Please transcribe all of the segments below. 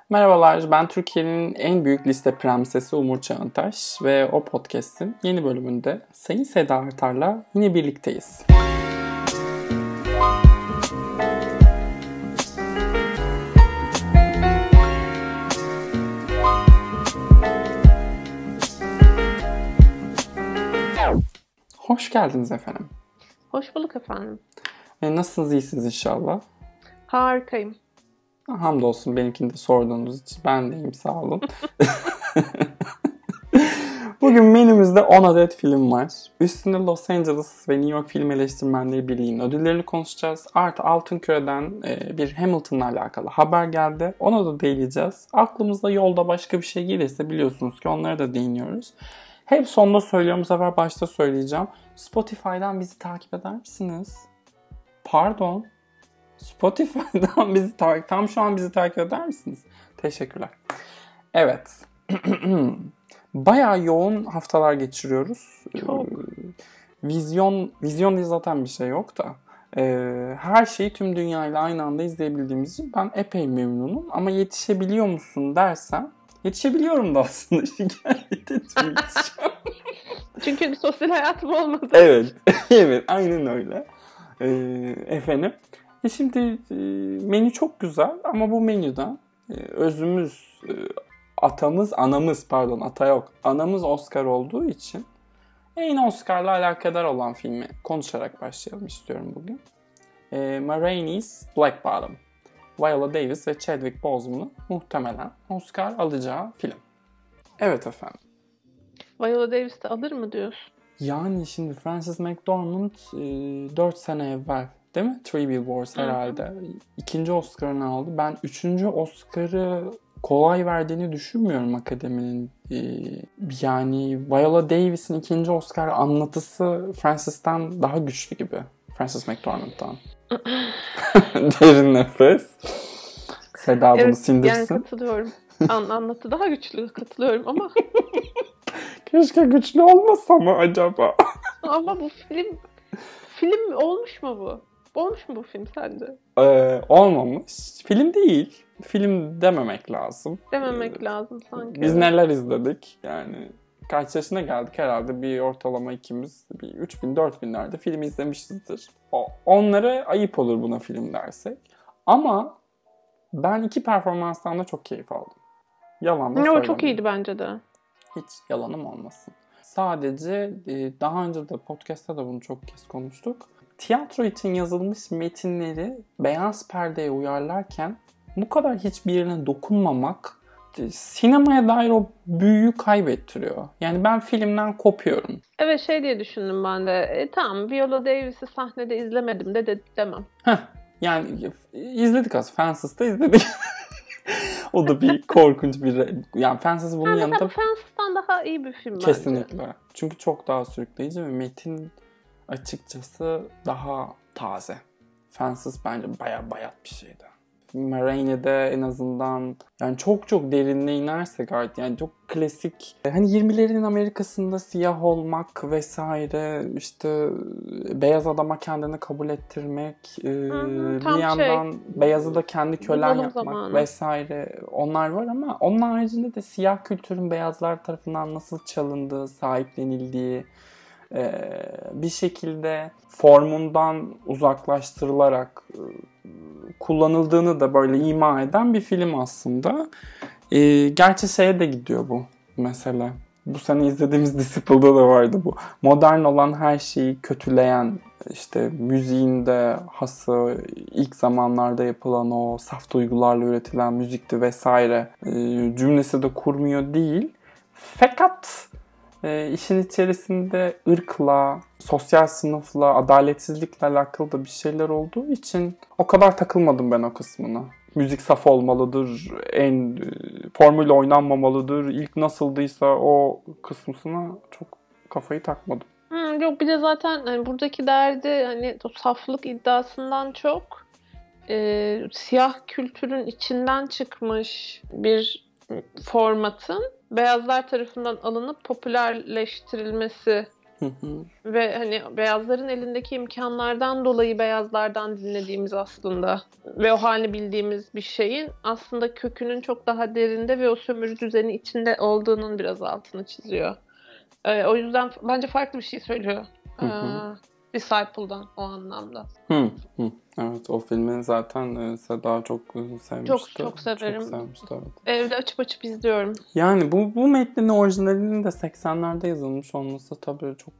Merhabalar, ben Türkiye'nin en büyük liste prensesi Umur Çağıntaş ve o podcast'in yeni bölümünde Sayın Seda Artar'la yine birlikteyiz. Hoş geldiniz efendim. Hoş bulduk efendim. Nasılsınız, iyisiniz inşallah? Harikayım. Hamdolsun benimkini de sorduğunuz için. Ben de iyiyim, sağ olun. Bugün menümüzde 10 adet film var. Üstünde Los Angeles ve New York Film Eleştirmenleri Birliği'nin ödüllerini konuşacağız. Artı Altın Küre'den bir Hamilton'la alakalı haber geldi. Ona da değineceğiz. Aklımızda yolda başka bir şey gelirse biliyorsunuz ki onlara da değiniyoruz. Hep sonunda söylüyorum, bu sefer başta söyleyeceğim. Spotify'dan bizi takip eder misiniz? Pardon. Spotify'dan tam şu an bizi takip eder misiniz? Teşekkürler. Evet. Bayağı yoğun haftalar geçiriyoruz. Çok. Vizyon diye zaten bir şey yok da. Her şeyi tüm dünyayla aynı anda izleyebildiğimiz için ben epey memnunum. Ama yetişebiliyor musun dersen, yetişebiliyorum da aslında. Şikayet etmeyeceğim. Çünkü bir sosyal hayatım olmadı. Evet. Evet, aynen öyle. Efendim. Şimdi menü çok güzel ama bu menüden özümüz, anamız Oscar olduğu için en Oscar'la alakadar olan filmi konuşarak başlayalım istiyorum bugün. Ma Rainey's Black Bottom. Viola Davis ve Chadwick Boseman'ın muhtemelen Oscar alacağı film. Evet efendim. Viola Davis de alır mı diyorsun? Yani şimdi Frances McDormand 4 sene evvel, değil mi? Three Billboards herhalde. İkinci Oscar'ını aldı. Ben 3. Oscar'ı kolay verdiğini düşünmüyorum akademinin. Yani Viola Davis'in 2. Oscar anlatısı Frances'ten daha güçlü gibi. Frances McDormand'dan. Derin nefes. Seda bunu sindirsin. Yani katılıyorum. Anlatı daha güçlü, katılıyorum ama. Keşke güçlü olmasa mı acaba? Ama bu film olmuş mu bu? Olmuş mu bu film sence? Olmamış. Film değil. Film dememek lazım. Dememek lazım sanki. Biz neler izledik? Yani kaç yaşına geldik herhalde, bir ortalama ikimiz bir 3000-4000'lerde film izlemişizdir. Onlara ayıp olur buna film dersek. Ama ben 2 performanstan da çok keyif aldım. Yalan da söylemeyeyim. Çok iyiydi bence de. Hiç yalanım olmasın. Sadece daha önce de podcast'ta da bunu çok kez konuştuk. Tiyatro için yazılmış metinleri beyaz perdeye uyarlarken bu kadar hiçbirine dokunmamak sinemaya dair o büyüyü kaybettiriyor. Yani ben filmden kopuyorum. Evet, diye düşündüm ben de. Tamam, Viola Davis'i sahnede izlemedim de demem. Yani izledik aslında. Fenses'te izledik. O da bir korkunç bir... Yani Fences bunun yanında... Fenses'ten daha iyi bir film bence. Kesinlikle. Çünkü çok daha sürükleyici ve metin açıkçası daha taze. Fences bence bayağı bayat bir şeydi. Ma Rainey'de en azından yani çok derinine inersek artık yani çok klasik. Hani 20'lerin Amerika'sında siyah olmak vesaire, işte beyaz adama kendini kabul ettirmek, bir yandan beyazı da kendi kölen yapmak zamanı vesaire, onlar var ama onun haricinde de siyah kültürün beyazlar tarafından nasıl çalındığı, sahiplenildiği, bir şekilde formundan uzaklaştırılarak kullanıldığını da böyle ima eden bir film aslında. Gerçi şeye de gidiyor bu mesela. Bu sene izlediğimiz Disciple'da da vardı bu. Modern olan her şeyi kötüleyen, işte müziğinde hası, ilk zamanlarda yapılan o saf duygularla üretilen müzikti vesaire cümlesi de kurmuyor değil. Fakat işin içerisinde ırkla, sosyal sınıfla, adaletsizlikle alakalı da bir şeyler olduğu için o kadar takılmadım ben o kısmına. Müzik saf olmalıdır, formül oynanmamalıdır, ilk nasıldıysa o kısmına çok kafayı takmadım. Yok, bir de zaten hani buradaki derdi hani o saflık iddiasından çok siyah kültürün içinden çıkmış bir formatın beyazlar tarafından alınıp popülerleştirilmesi Hı hı. Ve hani beyazların elindeki imkanlardan dolayı beyazlardan dinlediğimiz aslında ve o halini bildiğimiz bir şeyin aslında kökünün çok daha derinde ve o sömürü düzeni içinde olduğunun biraz altını çiziyor. O yüzden bence farklı bir şey söylüyor. Hı hı. Disciple'dan o anlamda. Hı hı. Evet, o filmi zaten Seda çok Çok sevmişti. çok Çok severim. sevmişti, evet. Evde açıp açıp izliyorum. Yani bu metnin orijinalinin de 80'lerde yazılmış olması tabii çok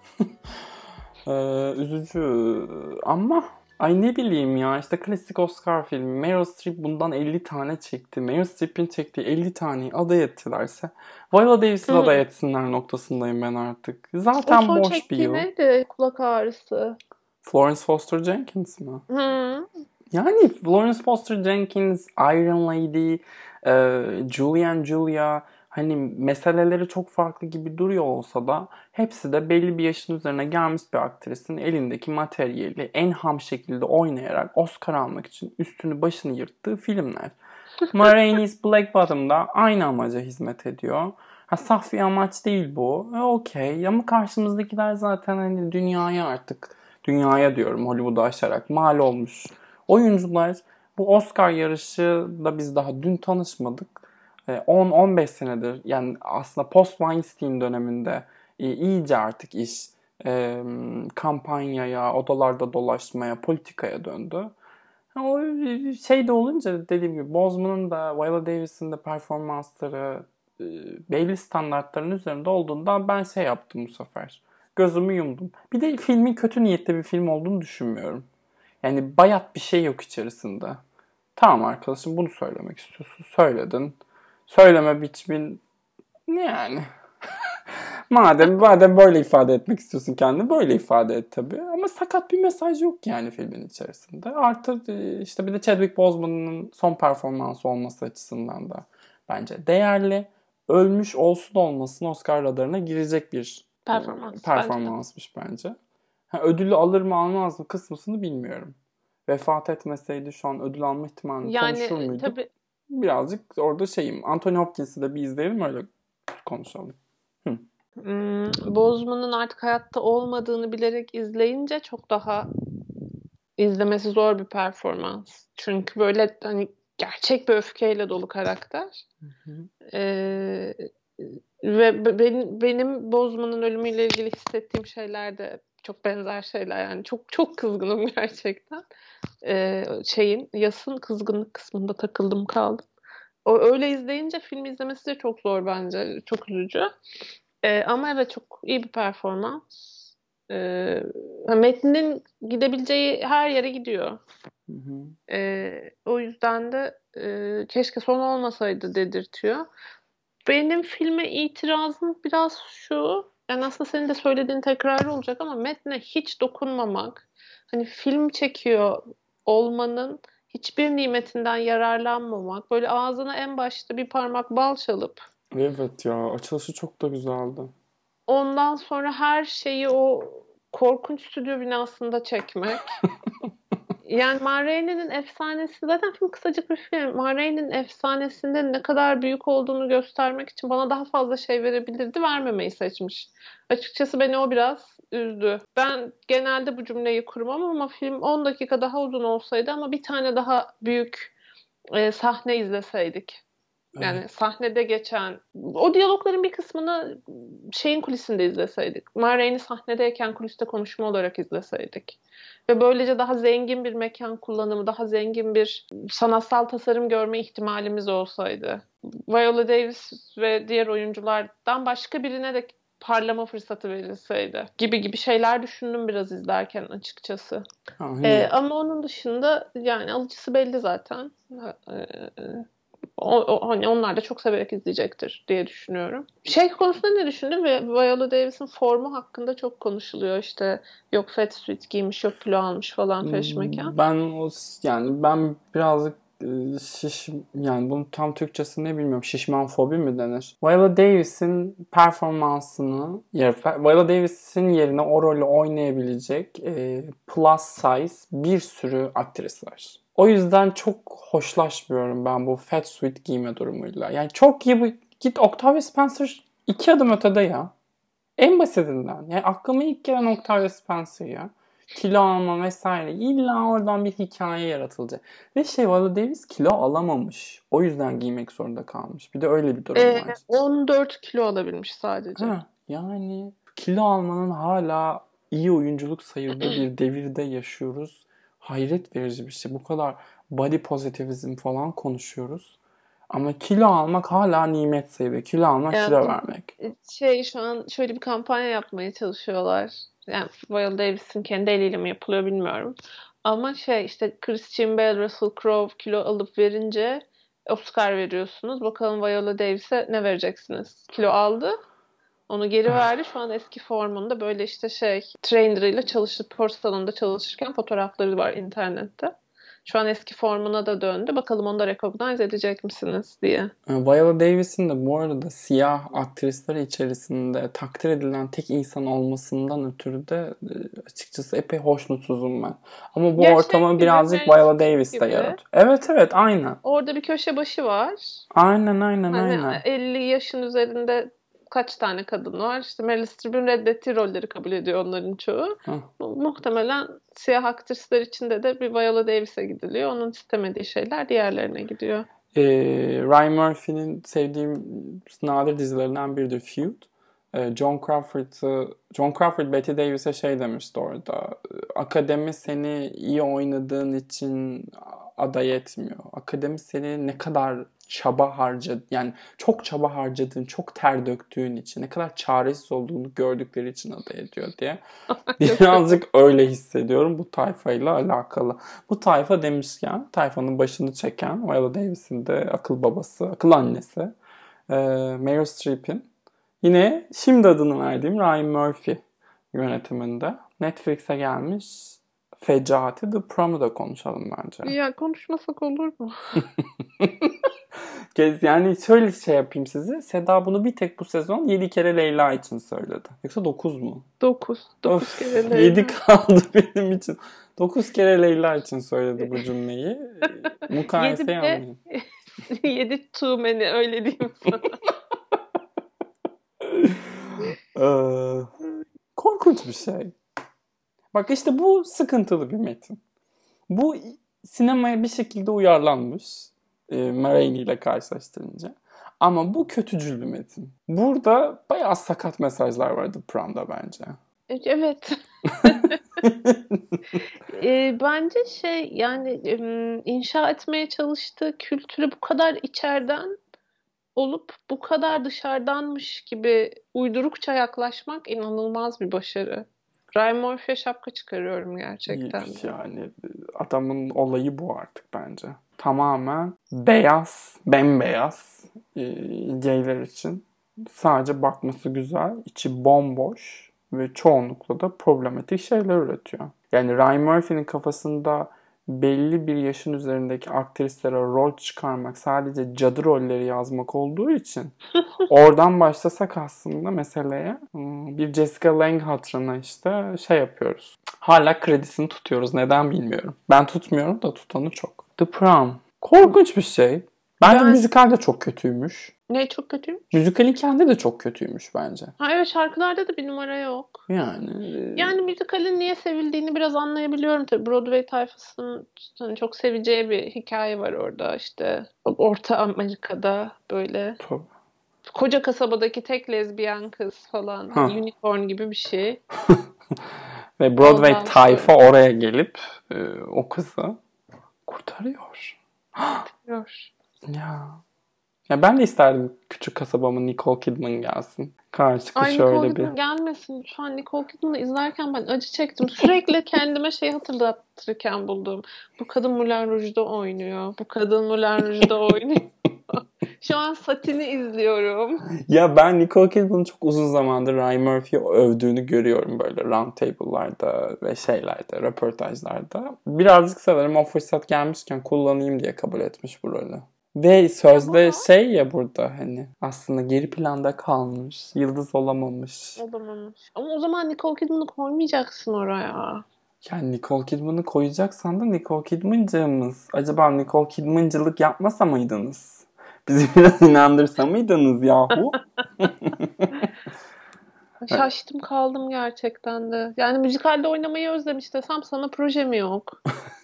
üzücü. Ama ay ne bileyim ya, işte klasik Oscar filmi. Meryl Streep bundan 50 tane çekti. Meryl Streep'in çektiği 50 taneyi aday ettilerse Viola Davis'i aday etsinler noktasındayım ben artık. O Zaten son boş bir çektiği yıl. neydi? Kulak ağrısı. Florence Foster Jenkins mi? Hı. Yani Florence Foster Jenkins, Iron Lady, Julie and Julia, hani meseleleri çok farklı gibi duruyor olsa da hepsi de belli bir yaşın üzerine gelmiş bir aktrisin elindeki materyali en ham şekilde oynayarak Oscar almak için üstünü başını yırttığı filmler. Ma Rainey's Black Bottom da aynı amaca hizmet ediyor. Ha, saf bir amaç değil bu. Okey. Ama karşımızdakiler zaten hani dünyaya diyorum, Hollywood'u aşarak mal olmuş oyuncular. Bu Oscar yarışı da biz daha dün tanışmadık. 10-15 senedir, yani aslında post Weinstein döneminde iyice artık iş kampanyaya, odalarda dolaşmaya, politikaya döndü. O şey de olunca, dediğim gibi Boseman'ın da Viola Davis'in de performansları belli standartların üzerinde olduğundan ben şey yaptım bu sefer. Gözümü yumdum. Bir de filmin kötü niyetli bir film olduğunu düşünmüyorum. Yani bayat bir şey yok içerisinde. Tamam arkadaşım, bunu söylemek istiyorsun. Söyledin. Söyleme biçimin yani. Madem böyle ifade etmek istiyorsun kendini, böyle ifade et tabii. Ama sakat bir mesaj yok yani filmin içerisinde. Artı işte bir de Chadwick Boseman'ın son performansı olması açısından da bence değerli. Ölmüş olsun olmasın Oscar radarına girecek bir Performans bence de. performansmış bence. Ha, ödülü alır mı almaz mı kısmısını bilmiyorum. Vefat etmeseydi şu an ödül alma ihtimalini konuşur Yani muyduk? tabii Birazcık orada şeyim. Anthony Hopkins'i de bir izleyelim, öyle konuşalım. Hı. Boseman'ın artık hayatta olmadığını bilerek izleyince çok daha izlemesi zor bir performans. Çünkü böyle hani gerçek bir öfkeyle dolu karakter. Hı. Ee, ve benim Boseman'ın ölümüyle ilgili hissettiğim şeyler de çok benzer şeyler. Yani çok çok kızgınım gerçekten. Yas'ın kızgınlık kısmında takıldım kaldım. O öyle izleyince film izlemesi de çok zor bence. Çok üzücü. Ama evet çok iyi bir performans. Metnin gidebileceği her yere gidiyor. Hı hı. O yüzden de keşke son olmasaydı dedirtiyor. Benim filme itirazım biraz şu. Yani aslında senin de söylediğin tekrarı olacak ama metne hiç dokunmamak. Hani film çekiyor olmanın hiçbir nimetinden yararlanmamak. Böyle ağzına en başta bir parmak bal çalıp Evet ya, açılışı çok da güzeldi. ondan sonra her şeyi o korkunç stüdyo binasında çekmek. Yani Ma Rainey'nin efsanesi zaten film kısacık bir film. Ma Rainey'nin efsanesinde ne kadar büyük olduğunu göstermek için bana daha fazla şey verebilirdi. Vermemeyi seçmiş. Açıkçası beni o biraz üzdü. Ben genelde bu cümleyi kurmam ama film 10 dakika daha uzun olsaydı ama bir tane daha büyük sahne izleseydik. Evet. Yani sahnede geçen o diyalogların bir kısmını şeyin kulisinde izleseydik. Ma Rainey sahnedeyken kuliste konuşma olarak izleseydik. Ve böylece daha zengin bir mekan kullanımı, daha zengin bir sanatsal tasarım görme ihtimalimiz olsaydı. Viola Davis ve diğer oyunculardan başka birine de parlama fırsatı verilseydi gibi gibi şeyler düşündüm biraz izlerken açıkçası. Hani Ama onun dışında yani alıcısı belli zaten. Hani onlar da çok severek izleyecektir diye düşünüyorum. Şey konusunda ne düşündün? Ve Viola Davis'in formu hakkında çok konuşuluyor. İşte yok fat suit giymiş, yok kilo almış falan feşmeken. ben birazcık yani bunun tam Türkçesi ne bilmiyorum. Şişman fobi mi denir? Viola Davis'in performansını Viola Davis'in yerine o rolü oynayabilecek plus size bir sürü aktris var. O yüzden çok hoşlaşmıyorum ben bu fat suit giyme durumuyla. Yani çok iyi bu, git Octavia Spencer 2 adım ötede ya. En basitinden. Yani aklıma ilk gelen Octavia Spencer ya. Kilo alma vesaire. İlla oradan bir hikaye yaratılacak. Ve Viola Davis kilo alamamış. O yüzden giymek zorunda kalmış. Bir de öyle bir durum var. 14 kilo alabilmiş sadece. Yani kilo almanın hala iyi oyunculuk sayıldığı bir devirde yaşıyoruz. Hayret verici bir şey. Bu kadar body positivizm falan konuşuyoruz. Ama kilo almak hala nimet sayılıyor. Kilo almak, kilo vermek. Şu an şöyle bir kampanya yapmaya çalışıyorlar. Yani Viola Davis'in kendi eliyle mi yapılıyor bilmiyorum. Ama işte Christian Bale, Russell Crowe kilo alıp verince Oscar veriyorsunuz. Bakalım Viola Davis'e ne vereceksiniz? Kilo aldı. Onu geri verdi. Şu an eski formunda böyle trainer'ıyla spor salonunda çalışırken fotoğrafları var internette. Şu an eski formuna da döndü. Bakalım onu da recognize edecek misiniz diye. Viola Davis'in de bu arada siyah aktrisler içerisinde takdir edilen tek insan olmasından ötürü de açıkçası epey hoşnutsuzum ben. Ama bu ortamı birazcık Viola Davis de yaratıyor. Evet aynen. Orada bir köşe başı var. Aynen. 50 yaşın üzerinde kaç tane kadın var? İşte Meryl Streep'in reddettiği rolleri kabul ediyor onların çoğu. Muhtemelen siyah aktrisler içinde de bir Viola Davis'e gidiliyor. Onun istemediği şeyler diğerlerine gidiyor. Ryan Murphy'nin sevdiğim nadir dizilerinden biridir Feud. John Crawford Bette Davis'e demişti orada. Akademi seni iyi oynadığın için aday etmiyor. Akademi seni ne kadar çaba harcadın, yani çok çaba harcadığın, çok ter döktüğün için, ne kadar çaresiz olduğunu gördükleri için aday ediyor diye. Birazcık öyle hissediyorum bu tayfayla alakalı. Bu tayfa demişken, tayfanın başını çeken Viola Davis'in de akıl babası, akıl annesi Meryl Streep'in yine şimdi adını verdiğim Ryan Murphy yönetiminde Netflix'e gelmiş Fecaati The Prom'u da konuşalım bence. Ya konuşmasak olur mu? Yani şöyle yapayım size. Seda bunu bir tek bu sezon 7 kere Leyla için söyledi. Yoksa 9 mu? 9 kere Leyla. 7 kaldı benim için. 9 kere Leyla için söyledi bu cümleyi. Mukayeseyi anlayın. 7 too many, öyle diyeyim sana. Korkunç bir şey. Bak işte bu sıkıntılı bir metin. Bu sinemaya bir şekilde uyarlanmış. Ma Rainey ile karşılaştırınca. Ama bu kötücül bir metin. Burada bayağı sakat mesajlar vardı Prom'da bence. Evet. Bence yani inşa etmeye çalıştığı kültürü bu kadar içeriden olup bu kadar dışarıdanmış gibi uydurukça yaklaşmak inanılmaz bir başarı. Ryan Murphy'ye şapka çıkarıyorum gerçekten. Yani adamın olayı bu artık bence. Tamamen bembeyaz gayler için sadece bakması güzel, içi bomboş ve çoğunlukla da problematik şeyler üretiyor. Yani Ryan Murphy'nin kafasında belli bir yaşın üzerindeki aktrislere rol çıkarmak, sadece cadı rolleri yazmak olduğu için oradan başlasak aslında meseleye bir Jessica Lange hatırına yapıyoruz. Hala kredisini tutuyoruz. Neden bilmiyorum. Ben tutmuyorum da tutanı çok. The Prom. Korkunç bir şey. Bence müzikal de çok kötüymüş. Ne çok kötüymüş? Müzikalin kendi de çok kötüymüş bence. Evet, şarkılarda da bir numara yok. Yani müzikalin niye sevildiğini biraz anlayabiliyorum tabii. Broadway tayfasının çok seveceği bir hikaye var orada Orta Amerika'da böyle. Tabii. Koca kasabadaki tek lezbiyen kız falan. Unicorn gibi bir şey. Ve Broadway tayfa oraya gelip o kızı kurtarıyor. Ya ben de isterdim küçük kasabamın Nicole Kidman gelsin. Nicole Kidman gelmesin. Şu an Nicole Kidman'ı izlerken ben acı çektim. Sürekli kendime hatırlatırken buldum. Bu kadın Moulin Rouge'da oynuyor. Bu kadın Moulin Rouge'da oynuyor. Şu an Satin'i izliyorum. Ya ben Nicole Kidman'ın çok uzun zamandır Ryan Murphy'yi övdüğünü görüyorum böyle round table'larda ve röportajlarda. Birazcık sanırım o fırsat gelmişken kullanayım diye kabul etmiş bu rolü. Ve sözde burada aslında geri planda kalmış, yıldız olamamış. Ama o zaman Nicole Kidman'ı koymayacaksın oraya. Yani Nicole Kidman'ı koyacaksan da Nicole Kidman'cığımız. Acaba Nicole Kidman'cılık yapmasa mıydınız? Bizi biraz inandırsa mıydınız yahu? Şaştım kaldım gerçekten de. Yani müzikalde oynamayı özlemiş desem sana projem yok.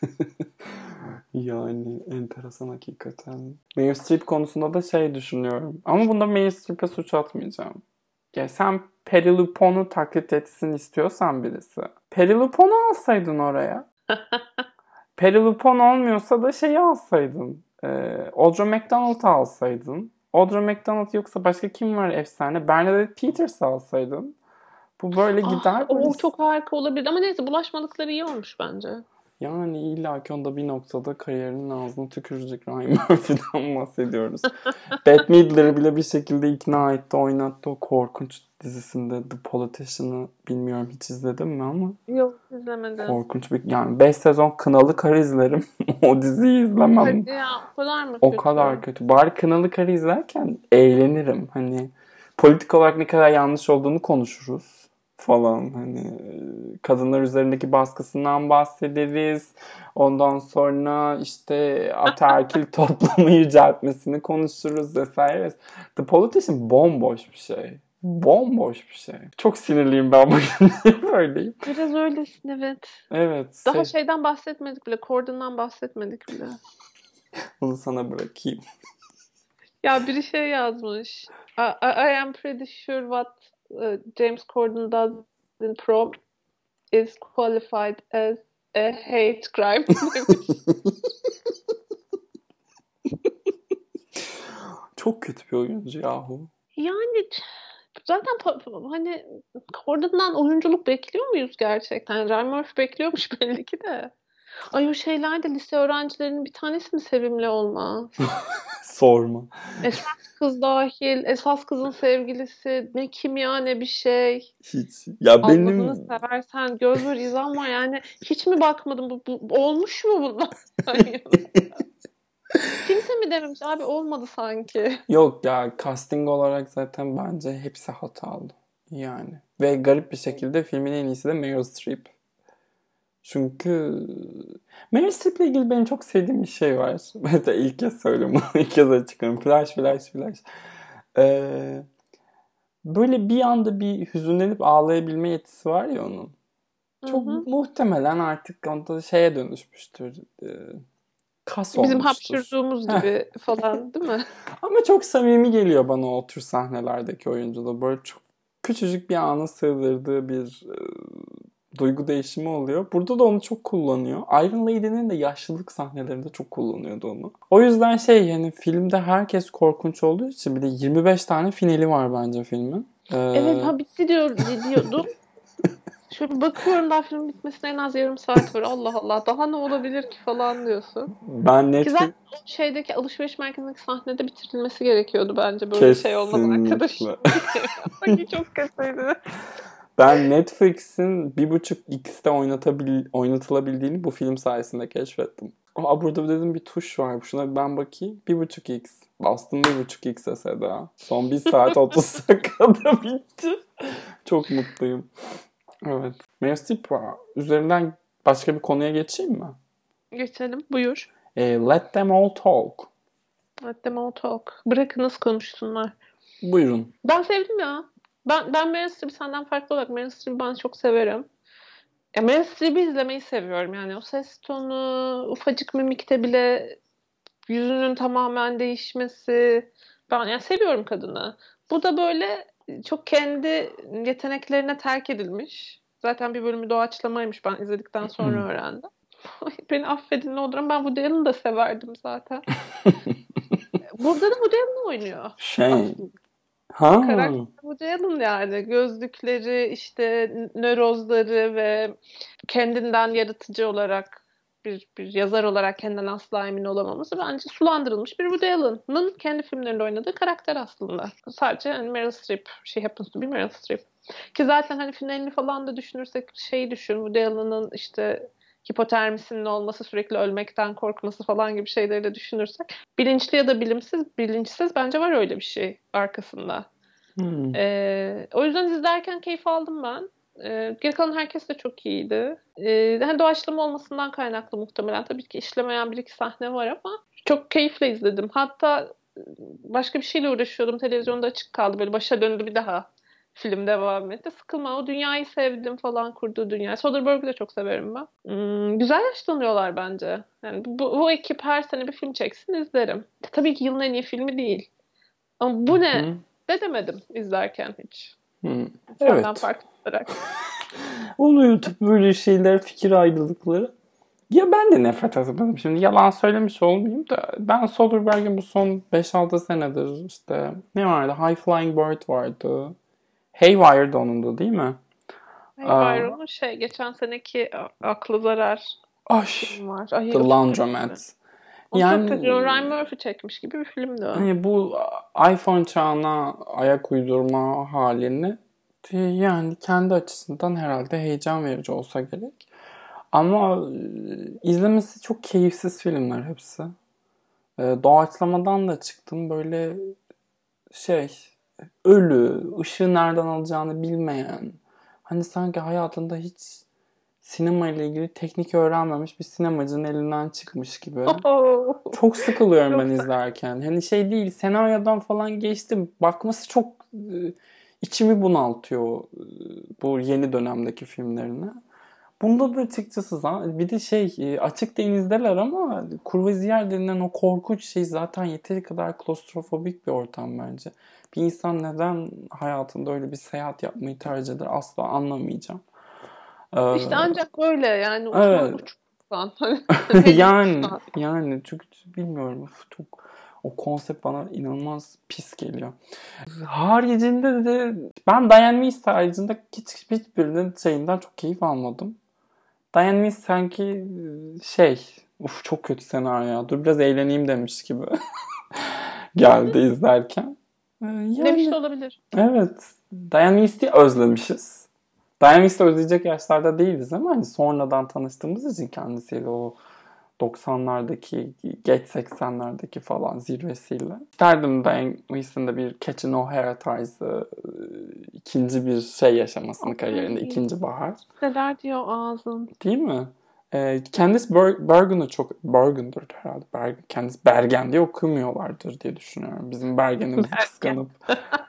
Yani enteresan hakikaten. Meryl Streep konusunda da şey düşünüyorum. Ama bunda Meryl Streep'e suç atmayacağım. Ya sen Peri Lupone'u taklit etsin istiyorsan birisi. Peri Lupone alsaydın oraya. Peri Lupone olmuyorsa da şeyi alsaydın. Audra McDonald'ı alsaydın. Audra McDonald yoksa başka kim var efsane? Bernadette Peters alsaydın. Bu böyle Ah, gider böyle. o çok harika olabilir. Ama neyse bulaşmadıkları iyi olmuş bence. Yani illa ki onda bir noktada kariyerinin ağzına tükürecek Ryan Murphy'den bahsediyoruz. Bette Midler'ı bile bir şekilde ikna etti, oynattı o korkunç dizisinde The Politician'ı. Bilmiyorum hiç izledin mi ama Yok izlemedim. korkunç bir, yani 5 sezon Kınalı Karı izlerim. O diziyi izlemem. Hadi ya o kadar mı O kadar kötü? kötü. Bari Kınalı Karı izlerken eğlenirim. Hani politik olarak ne kadar yanlış olduğunu konuşuruz falan. Hani kadınlar üzerindeki baskısından bahsederiz. Ondan sonra işte ataerkil toplumu yüceltmesini konuşuruz vesaire. The Politician bomboş bir şey. Bomboş bir şey. Çok sinirliyim ben bugün. Niye böyleyim? Biraz öylesin evet. Evet. Daha şeyden bahsetmedik bile. Cordon'dan bahsetmedik bile. Bunu sana bırakayım. Ya biri şey yazmış. I am pretty sure what James Corden does in prom is qualified as a hate crime demiş. Çok kötü bir oyuncu yahu. Yani zaten hani Corden'dan oyunculuk bekliyor muyuz gerçekten? Ryan Murphy bekliyormuş belli ki de. Ay o şeylerde lise öğrencilerinin bir tanesi mi sevimli olmaz? Sorma. Esas kız dahil, esas kızın sevgilisi ne kimya ne bir şey. Hiç. Ya Allah'ını benim seversen göz var izan var yani hiç mi bakmadın bu olmuş mu bunlar? Kimse mi dememiş abi olmadı sanki. yok ya, casting olarak zaten bence hepsi hatalı. Yani. Ve garip bir şekilde filmin en iyisi de Meryl Streep. Çünkü Meryl Streep'le ilgili benim çok sevdiğim bir şey var. Ben de ilk kez söylüyorum. İlk kez açıklıyorum. Flash. Ee, böyle bir anda bir hüzünlenip ağlayabilme yetisi var ya onun. Hı Çok hı. muhtemelen artık onda şeye dönüşmüştür. Kas Bizim olmuştur. hapşırdığımız Heh. gibi falan değil mi? Ama çok samimi geliyor bana o tür sahnelerdeki oyunculuğu. Böyle çok küçücük bir ana sığdırdığı bir duygu değişimi oluyor. Burada da onu çok kullanıyor. Iron Lady'nin de yaşlılık sahnelerinde çok kullanıyordu onu. O yüzden şey, yani filmde herkes korkunç olduğu için bir de 25 tane finali var bence filmin. Evet ha bitti diyordum. Şöyle bir bakıyorum daha film bitmesine en az yarım saat var. Allah Allah daha ne olabilir ki falan diyorsun. Ben Ki zaten Netflix o şeydeki alışveriş merkezindeki sahnede bitirilmesi gerekiyordu bence. Böyle şey olmaz arkadaş. kesinlikle. Ay çok kötüydü. Ben Netflix'in 1.5x'te oynatılabildiğini bu film sayesinde keşfettim. Aa, burada dedim bir tuş var. Şuna ben bakayım. 1.5x. Bastım 1.5x'e Seda. Son 1 saat 30 dakikada bitti. Çok mutluyum. Evet. Meryl Streep üzerinden başka bir konuya geçeyim mi? Geçelim buyur. Let Them All Talk. Let them all talk. Bırakınız konuşsunlar. Buyurun. Ben sevdim ya. Ben Meryl Streep'i senden farklı olarak Meryl Streep'i ben çok severim. Ya Meryl Streep'i izlemeyi seviyorum. Yani o ses tonu, ufacık mimikte bile yüzünün tamamen değişmesi. Ben yani seviyorum kadını. Bu da böyle çok kendi yeteneklerine terk edilmiş. Zaten bir bölümü doğaçlamaymış ben izledikten sonra öğrendim. Ay, beni affedin ne olur ama ben Woody Allen'ı da severdim zaten. Burada da Woody Allen oynuyor. Şey. Aslında. Ha. Karakter Woody Allen yani. Gözlükleri, işte nörozları ve kendinden yaratıcı olarak bir yazar olarak kendinden asla emin olamaması bence sulandırılmış bir Woody Allen'ın kendi filmlerinde oynadığı karakter aslında. Sadece hani Meryl Streep, She Happens to be Meryl Streep. Ki zaten hani finalini falan da düşünürsek şeyi düşün. Woody Allen'ın işte hipotermisinin olması, sürekli ölmekten korkması falan gibi şeyleri de düşünürsek bilinçli ya da bilinçsiz bence var öyle bir şey arkasında. Hmm. O yüzden izlerken keyif aldım ben. Geri kalan herkes de çok iyiydi. Hani doğaçlama olmasından kaynaklı muhtemelen. Tabii ki işlemeyen bir iki sahne var ama çok keyifle izledim. Hatta başka bir şeyle uğraşıyordum. Televizyonda açık kaldı. Böyle başa döndü bir daha film devam etti. Sıkılma. O dünyayı sevdim falan, kurduğu dünya. Soderbergh'ü de çok severim ben. Güzel yaşlanıyorlar bence. Yani bu ekip her sene bir film çeksin, izlerim. Tabii ki yılın en iyi filmi değil. Ama bu ne? Hı. De demedim izlerken hiç. Hı. Senden Evet. farklı olarak. Oluyor tabii böyle şeyler, fikir ayrılıkları. Ya ben de nefret etmedim. Şimdi yalan söylemiş olmayayım da ben Soderbergh'in bu son 5-6 senedir işte ne vardı? High Flying Bird vardı. Haywire da onun da değil mi? Hayır, Aa, Byron'un geçen seneki Aklı Zarar ay, film var. Ay, The o çok kötü. Laundromat. O çok kötü. Yani Ryan Murphy çekmiş gibi bir filmdi o. hani bu iPhone çağına ayak uydurma halini yani kendi açısından herhalde heyecan verici olsa gerek. Ama izlemesi çok keyifsiz filmler hepsi. Doğaçlamadan da çıktım böyle şey ölü, ışığı nereden alacağını bilmeyen, hani sanki hayatında hiç sinema ile ilgili teknik öğrenmemiş bir sinemacının elinden çıkmış gibi. Çok sıkılıyorum ben Çok izlerken. Hani şey değil, senaryodan falan geçtim. Bakması çok içimi bunaltıyor bu yeni dönemdeki filmlerine. Bunda da açıkçası bir de açık denizdeler ama Courvoisier denilen o korkunç şey zaten yeteri kadar klostrofobik bir ortam bence. Bir insan neden hayatında öyle bir seyahat yapmayı tercih eder asla anlamayacağım. Ee, İşte ancak böyle yani evet. uçmaktan. Henüz yani uçsan. yani çünkü bilmiyorum çok o konsept bana inanılmaz pis geliyor. Haricinde de ben Diane Weiss haricinde hiçbirinin şeyinden çok keyif almadım. Diane Weiss sanki çok kötü senaryo ya. Dur biraz eğleneyim demiş gibi geldi izlerken. Demiş de Yani olabilir. evet. Diane Weiss'i özlemişiz. Diane Weiss'i özleyecek yaşlarda değiliz ama hani sonradan tanıştığımız için kendisiyle o 90'lardaki, geç 80'lerdeki falan zirvesiyle. İsterdim Diane Weiss'in de bir Catch No Hair tarzı ikinci bir yaşamasını kariyerinde. Ay, İkinci bahar. neler diyor ağzın. Değil mi? Candice Bergen'ı çok Bergen'dır herhalde. Candice Bergen diye okumuyorlardır diye düşünüyorum. Bizim Bergen'imizi Bergen. kıskanıp.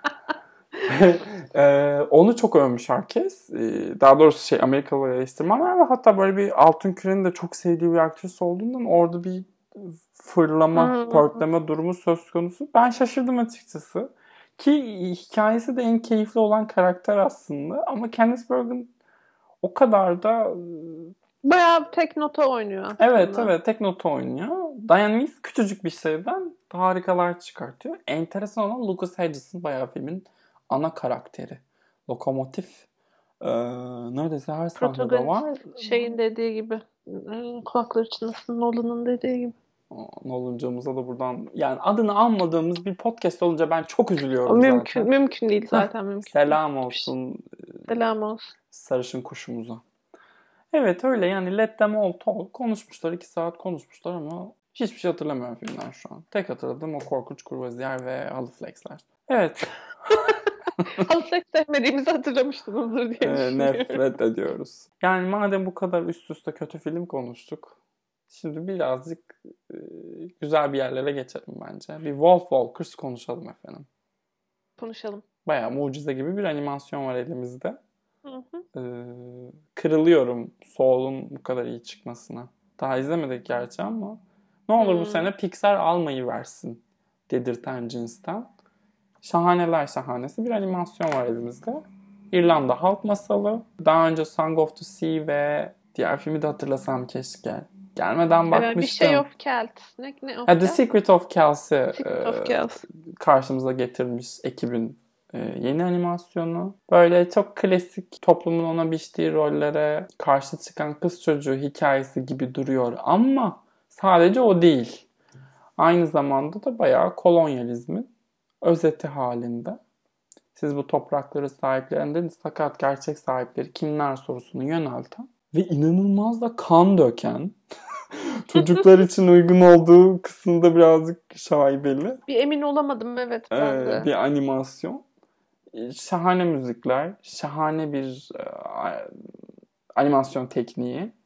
Onu çok övmüş herkes. Daha doğrusu Amerikalı eleştirmenler ve hatta böyle bir Altın Küre'nin de çok sevdiği bir aktris olduğundan orada bir fırlama, pörtleme durumu söz konusu. Ben şaşırdım açıkçası. Ki hikayesi de en keyifli olan karakter aslında. Ama Candice Bergen o kadar da Bayağı tek nota oynuyor evet aslında. tek nota oynuyor. Diane Weiss küçücük bir şeyden harikalar çıkartıyor. Enteresan olan Lucas Hedges'in bayağı filmin ana karakteri. Lokomotif. Neredeyse her sahnede Protagonist var. dediği gibi. Kulakları çınlasın, Nolan'ın dediği gibi. Noluncamıza da buradan yani adını anmadığımız bir podcast olunca ben çok O üzülüyorum zaten. mümkün değil zaten, mümkün değil. Selam olsun Selam olsun. sarışın kuşumuza. Evet öyle yani Let Them All Talk konuşmuşlar. 2 saat konuşmuşlar ama hiçbir şey hatırlamıyorum filmden şu an. Tek hatırladığım o korkunç Courvoisier ve Halı Flex'ler. Evet. Alsak sevmediğimizi hatırlamıştınızdır diye düşünüyorum. Nefret ediyoruz. Yani madem bu kadar üst üste kötü film konuştuk. Şimdi birazcık güzel bir yerlere geçelim bence. Bir Wolf Walkers konuşalım efendim. Konuşalım. Bayağı mucize gibi bir animasyon var elimizde. Hı hı. Kırılıyorum Soul'un bu kadar iyi çıkmasına. Daha izlemedik gerçi ama ne olur bu sene Pixar almayı versin dedirten cinsten. Şahaneler şahanesi bir animasyon var elimizde. İrlanda Halk Masalı. Daha önce Song of the Sea ve diğer filmi de hatırlasam keşke. Gelmeden bakmıştım. Bir şey of Kells. Ne of The Kells? Secret of Kels'i Secret of Kells. karşımıza getirmiş ekibin yeni animasyonu. Böyle çok klasik toplumun ona biçtiği rollere karşı çıkan kız çocuğu hikayesi gibi duruyor ama sadece o değil. Aynı zamanda da bayağı kolonyalizmin özeti halinde. Siz bu toprakları sahiplerindeniz fakat gerçek sahipleri kimler sorusunu yönelten ve inanılmaz da kan döken çocuklar için uygun olduğu kısımda birazcık şaibeli. Bir emin olamadım, evet, ben de. Bir animasyon. Şahane müzikler, şahane bir animasyon tekniği.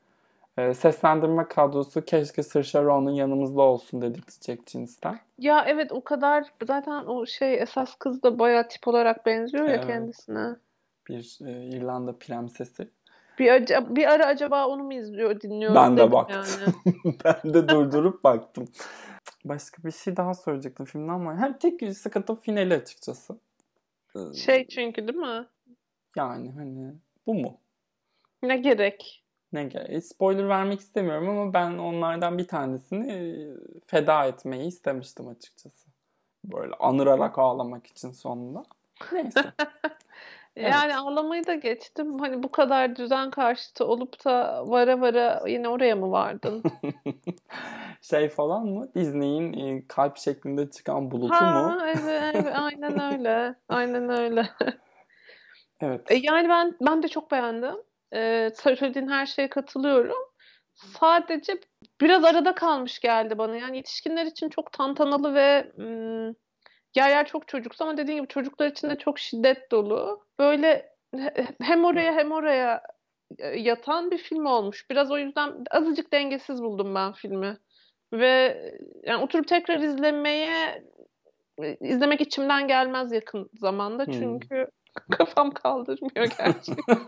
Seslendirme kadrosu keşke Saoirse Ronan'ın yanımızda olsun dedirtecek cinsten. Ya evet, o kadar zaten o esas kız da bayağı tip olarak benziyor ya Evet, kendisine. bir İrlanda prensesi. Bir ara acaba onu mu izliyor, dinliyorum Ben de dedim baktım. yani. Ben de durdurup baktım. Başka bir şey daha söyleyecektim filmden ama hem tek sıkıntı finali açıkçası. Çünkü değil mi? Yani hani bu mu? Ne gerek? Ne gerek? Spoiler vermek istemiyorum ama ben onlardan bir tanesini feda etmeyi istemiştim açıkçası. Böyle anırarak ağlamak için sonunda. Neyse. Yani Evet. ağlamayı da geçtim. Hani bu kadar düzen karşıtı olup da vara vara yine oraya mı vardın? Şey falan mı? Disney'in kalp şeklinde çıkan bulutu Ha, mu? evet, evet, aynen öyle. Aynen öyle. Evet. Yani ben de çok beğendim. Söylediğin her şeye katılıyorum. Sadece biraz arada kalmış geldi bana. Yani yetişkinler için çok tantanalı ve yer yer çok çocuksu, ama dediğim gibi çocuklar için de çok şiddet dolu. Böyle hem oraya hem oraya yatan bir film olmuş. Biraz o yüzden azıcık dengesiz buldum ben filmi. Ve yani oturup tekrar izlemek içimden gelmez yakın zamanda. Hmm. Çünkü kafam kaldırmıyor gerçekten.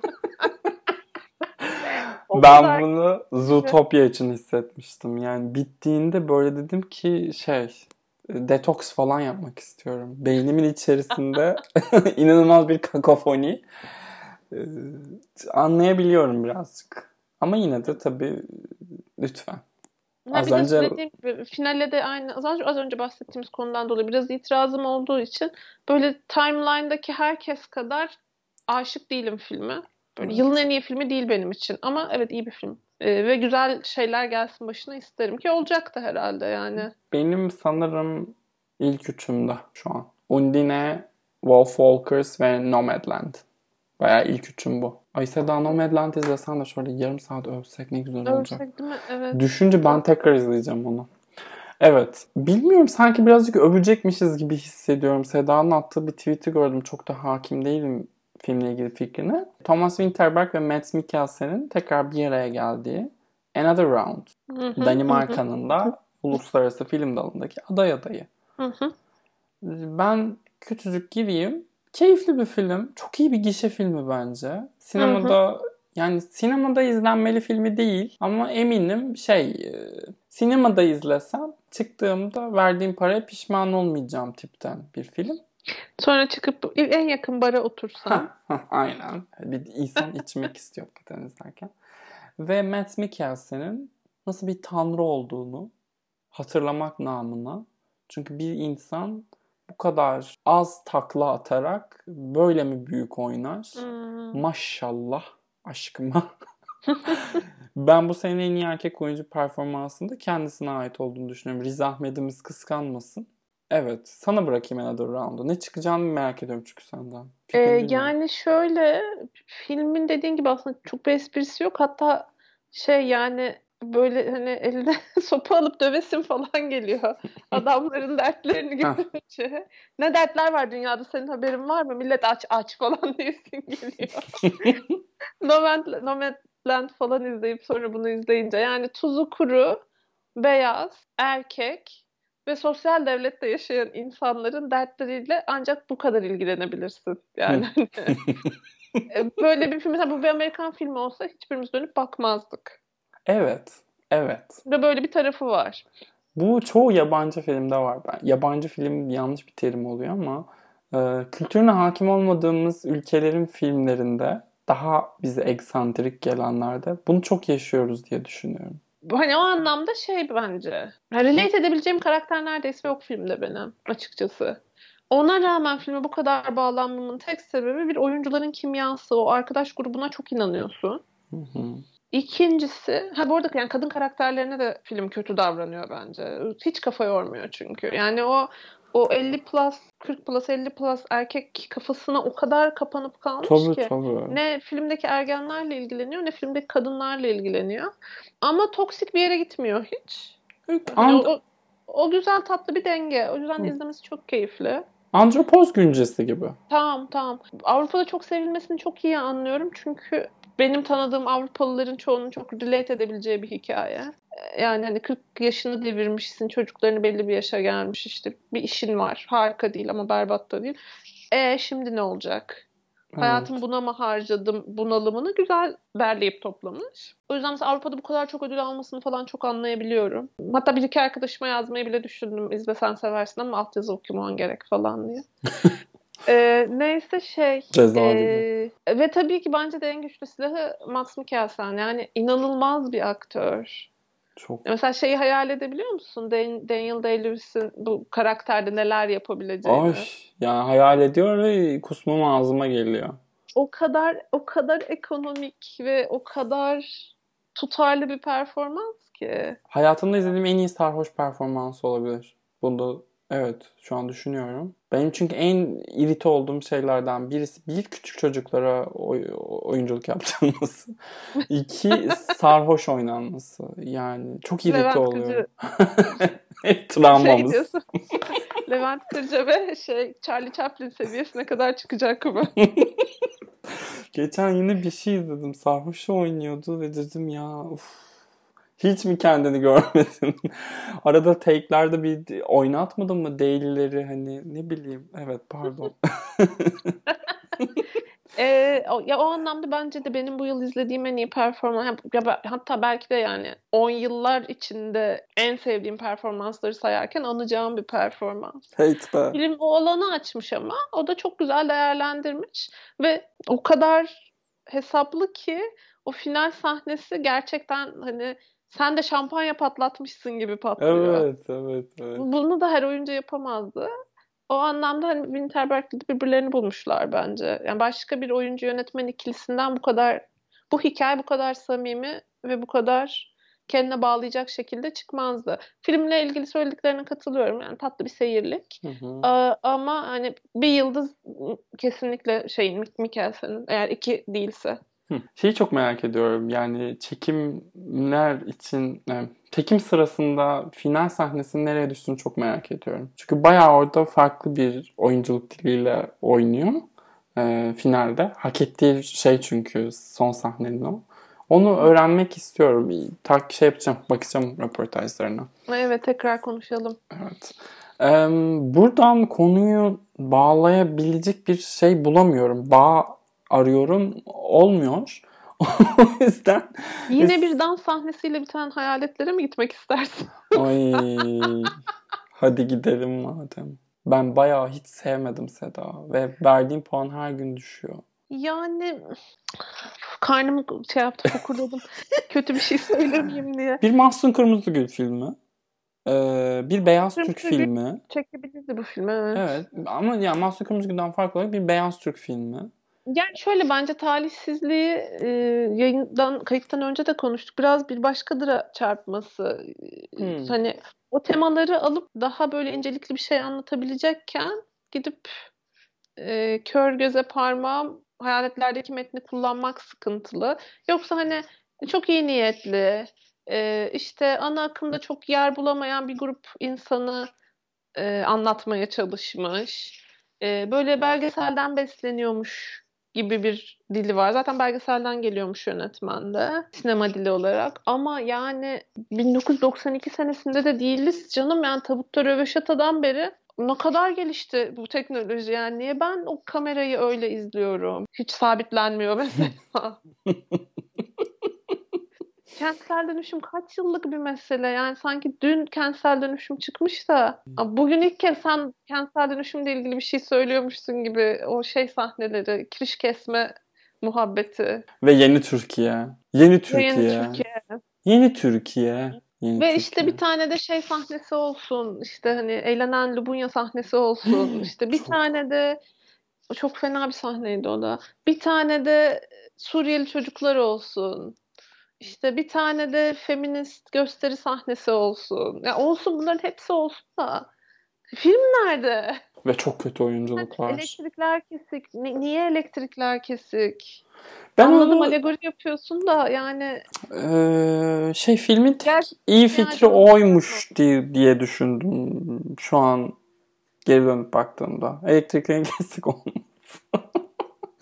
O Ben kadar bunu kötü. Zootopia için hissetmiştim. Yani bittiğinde böyle dedim ki detoks falan yapmak istiyorum. Beynimin içerisinde inanılmaz bir kakofoni. Ee, Anlayabiliyorum birazcık. Ama yine de tabii lütfen. Ha, Az bir de önce dediğim gibi finale de aynı az önce bahsettiğimiz konudan dolayı biraz itirazım olduğu için böyle timeline'daki herkes kadar aşık değilim filme. Böyle yılın evet. en iyi filmi değil benim için, ama evet, iyi bir film. Ve güzel şeyler gelsin başına isterim ki olacak da herhalde yani. Benim sanırım ilk üçümde şu an. Undine, Wolf Walkers ve Nomadland. Bayağı ilk üçüm bu. Ay Seda, Nomadland izlesen de şöyle yarım saat övsek ne güzel olacak. Ölsek değil mi? Evet. Düşünce ben tekrar izleyeceğim onu. Evet. Bilmiyorum, sanki birazcık övecekmişiz gibi hissediyorum. Seda'nın attığı bir tweet'i gördüm. Çok da hakim değilim filmle ilgili fikrine. Thomas Winterberg ve Mads Mikkelsen'in tekrar bir araya geldiği Another Round. Hı hı, hı hı, Danimarka'nın da uluslararası film dalındaki aday adayı. hı hı. Ben küçücük gireyim. Keyifli bir film. Çok iyi bir gişe filmi bence. Hı hı. Sinemada izlenmeli filmi değil ama eminim sinemada izlesem çıktığımda verdiğim paraya pişman olmayacağım tipten bir film. Sonra çıkıp en yakın bara otursan. Aynen. Bir insan içmek istiyor hakikaten izlerken. Ve Mads Mikkelsen'in nasıl bir tanrı olduğunu hatırlamak namına. Çünkü bir insan bu kadar az takla atarak böyle mi büyük oynar? Hmm. Maşallah aşkıma. Ben bu sene en iyi erkek oyuncu performansında kendisine ait olduğunu düşünüyorum. Riz Ahmed'imiz kıskanmasın. Evet, sana bırakayım Another Round'u. Ne çıkacağını merak ediyorum çünkü senden. Fikrini bilmiyorum. Yani filmin dediğin gibi aslında çok bir esprisi yok. Hatta yani böyle hani eline sopa alıp dövesin falan geliyor. Adamların dertlerini Heh. görünce. Ne dertler var dünyada, senin haberin var mı? Millet aç aç falan diyesin geliyor. Nomadland falan izleyip sonra bunu izleyince, yani tuzu kuru, beyaz, erkek ve sosyal devlette yaşayan insanların dertleriyle ancak bu kadar ilgilenebilirsin. Yani böyle bir film, mesela bu bir Amerikan filmi olsa hiçbirimiz dönüp bakmazdık. Evet, evet. Ve böyle bir tarafı var. Bu çoğu yabancı filmde var. Yabancı film yanlış bir terim oluyor ama kültürüne hakim olmadığımız ülkelerin filmlerinde daha bize eksantrik gelenlerde bunu çok yaşıyoruz diye düşünüyorum. Hani o anlamda bence. Yani relate edebileceğim karakter neredeyse yok filmde benim, açıkçası. Ona rağmen filme bu kadar bağlanmamın tek sebebi bir oyuncuların kimyası. O arkadaş grubuna çok inanıyorsun. Hı hı. İkincisi, bu arada yani kadın karakterlerine de film kötü davranıyor bence. Hiç kafa yormuyor çünkü. Yani o 50 plus, 40 plus, 50 plus erkek kafasına o kadar kapanıp kalmış Tabii ki tabii. ne filmdeki ergenlerle ilgileniyor ne filmdeki kadınlarla ilgileniyor. Ama toksik bir yere gitmiyor hiç. Evet, Hani o güzel, tatlı bir denge. O yüzden de izlemesi çok keyifli. Andropoz güncesi gibi. Tamam, tamam. Avrupa'da çok sevilmesini çok iyi anlıyorum. Çünkü benim tanıdığım Avrupalıların çoğunun çok relate edebileceği bir hikaye. Yani hani 40 yaşını devirmişsin, çocuklarını belli bir yaşa gelmiş, işte bir işin var. Harika değil ama berbat da değil. Şimdi ne olacak? Hayatımı Evet. buna mı harcadım bunalımını güzel derleyip toplamış. O yüzden mesela Avrupa'da bu kadar çok ödül almasını falan çok anlayabiliyorum. Hatta bir iki arkadaşıma yazmayı bile düşündüm. İzlesen seversin ama altyazı okuman gerek falan diye. Neyse Ceza gibi. ve tabii ki bence de en güçlü silahı Mads Mikkelsen. Yani inanılmaz bir aktör. Çok. Mesela şeyi hayal edebiliyor musun? Daniel Day-Lewis'in bu karakterde neler Ay, yapabileceğini. yani hayal ediyor ve kusmum ağzıma geliyor. O kadar ekonomik ve o kadar tutarlı bir performans ki. Hayatımda izlediğim en iyi sarhoş performansı olabilir. Bunu da evet şu an düşünüyorum. Benim çünkü en irite olduğum şeylerden birisi bir küçük çocuklara oyunculuk yaptırması. İki sarhoş oynanması. Yani çok irite Levent oluyorum. Kırcı Hep şey travmamız. diyorsun. Levent Kırcı ve Charlie Chaplin seviyesine kadar çıkacak mı? Geçen yine bir şey izledim. Sarhoş oynuyordu ve dedim ya uf, hiç mi kendini görmedin? Arada take'lerde bir oynatmadın mı daily'leri hani ne bileyim. Evet pardon. Ya o anlamda bence de benim bu yıl izlediğim en iyi performans, hatta belki de yani 10 yıllar içinde en sevdiğim performansları sayarken anacağım bir performans. Hate be. Film o alanı açmış ama o da çok güzel değerlendirmiş ve o kadar hesaplı ki o final sahnesi gerçekten hani sen de şampanya patlatmışsın gibi patlıyor. Evet, evet, evet. Bunu da her oyuncu yapamazdı. O anlamda hani Winterberg'le de birbirlerini bulmuşlar bence. Yani başka bir oyuncu yönetmen ikilisinden bu hikaye bu kadar samimi ve bu kadar kendine bağlayacak şekilde çıkmazdı. Filmle ilgili söylediklerine katılıyorum. Yani tatlı bir seyirlik. Hı hı. Ama hani bir yıldız kesinlikle Mikkelsen'in, eğer iki değilse. Şeyi çok merak ediyorum. Yani çekimler için çekim sırasında final sahnesinin nereye düştüğünü çok merak ediyorum. Çünkü bayağı orada farklı bir oyunculuk diliyle oynuyor finalde. Hak ettiği şey çünkü son sahnenin o. Onu öğrenmek istiyorum. Şey yapacağım, bakacağım röportajlarına. Evet, tekrar konuşalım. Evet. Buradan konuyu bağlayabilecek bir şey bulamıyorum. Bağ arıyorum, olmuyor. O yüzden Yine bir dans sahnesiyle biten hayaletlere mi gitmek istersin? ay hadi gidelim madem. Ben bayağı hiç sevmedim Seda ve verdiğim puan her gün düşüyor. Yani karnımı fokurdadım. Kötü bir şey söylemeyeyim diye. Bir Mahsun Kırmızıgül filmi, bir Beyaz Türk Kırmızı Gül filmi. çekebilirdi bu film, evet. Evet ama yani Mahsun Kırmızıgül'den farklı olarak bir Beyaz Türk filmi. Yani şöyle, bence talihsizliği kayıttan önce de konuştuk. Biraz bir başkadıra çarpması. Hmm. Hani o temaları alıp daha böyle incelikli bir şey anlatabilecekken gidip kör göze parmağım hayaletlerdeki metni kullanmak sıkıntılı. Yoksa hani çok iyi niyetli, işte ana akımda çok yer bulamayan bir grup insanı anlatmaya çalışmış. Böyle belgeselden besleniyormuş gibi bir dili var. Zaten belgeselden geliyormuş yönetmen de, sinema dili olarak. Ama yani 1992 senesinde de değiliz canım. Yani Tabutta Röveşata'dan beri ne kadar gelişti bu teknoloji, yani niye ben o kamerayı öyle izliyorum? Hiç sabitlenmiyor mesela. Kentsel dönüşüm kaç yıllık bir mesele? Yani sanki dün kentsel dönüşüm çıkmış da bugün ilk kez sen kentsel dönüşümle ilgili bir şey söylüyormuşsun gibi, o sahneleri, kiriş kesme muhabbeti. Ve yeni Türkiye. Yeni Yeni Türkiye. Türkiye. Yeni Türkiye. Yeni Ve işte Türkiye. bir tane de sahnesi olsun. İşte hani eğlenen Lubunya sahnesi olsun. İşte bir Çok. tane de çok fena bir sahneydi o da. Bir tane de Suriyeli çocuklar olsun. İşte bir tane de feminist gösteri sahnesi olsun. Ya olsun, bunların hepsi olsun da. Film nerede? Ve çok kötü oyunculuklar. Elektrikler kesik. Niye elektrikler kesik? Ben Anladım, onu alegori yapıyorsun da yani filmin tek gerçekten iyi fikri ihtiyacımız var mı? oymuş diye düşündüm şu an geri dönüp baktığımda. Elektriklerin kesik olması.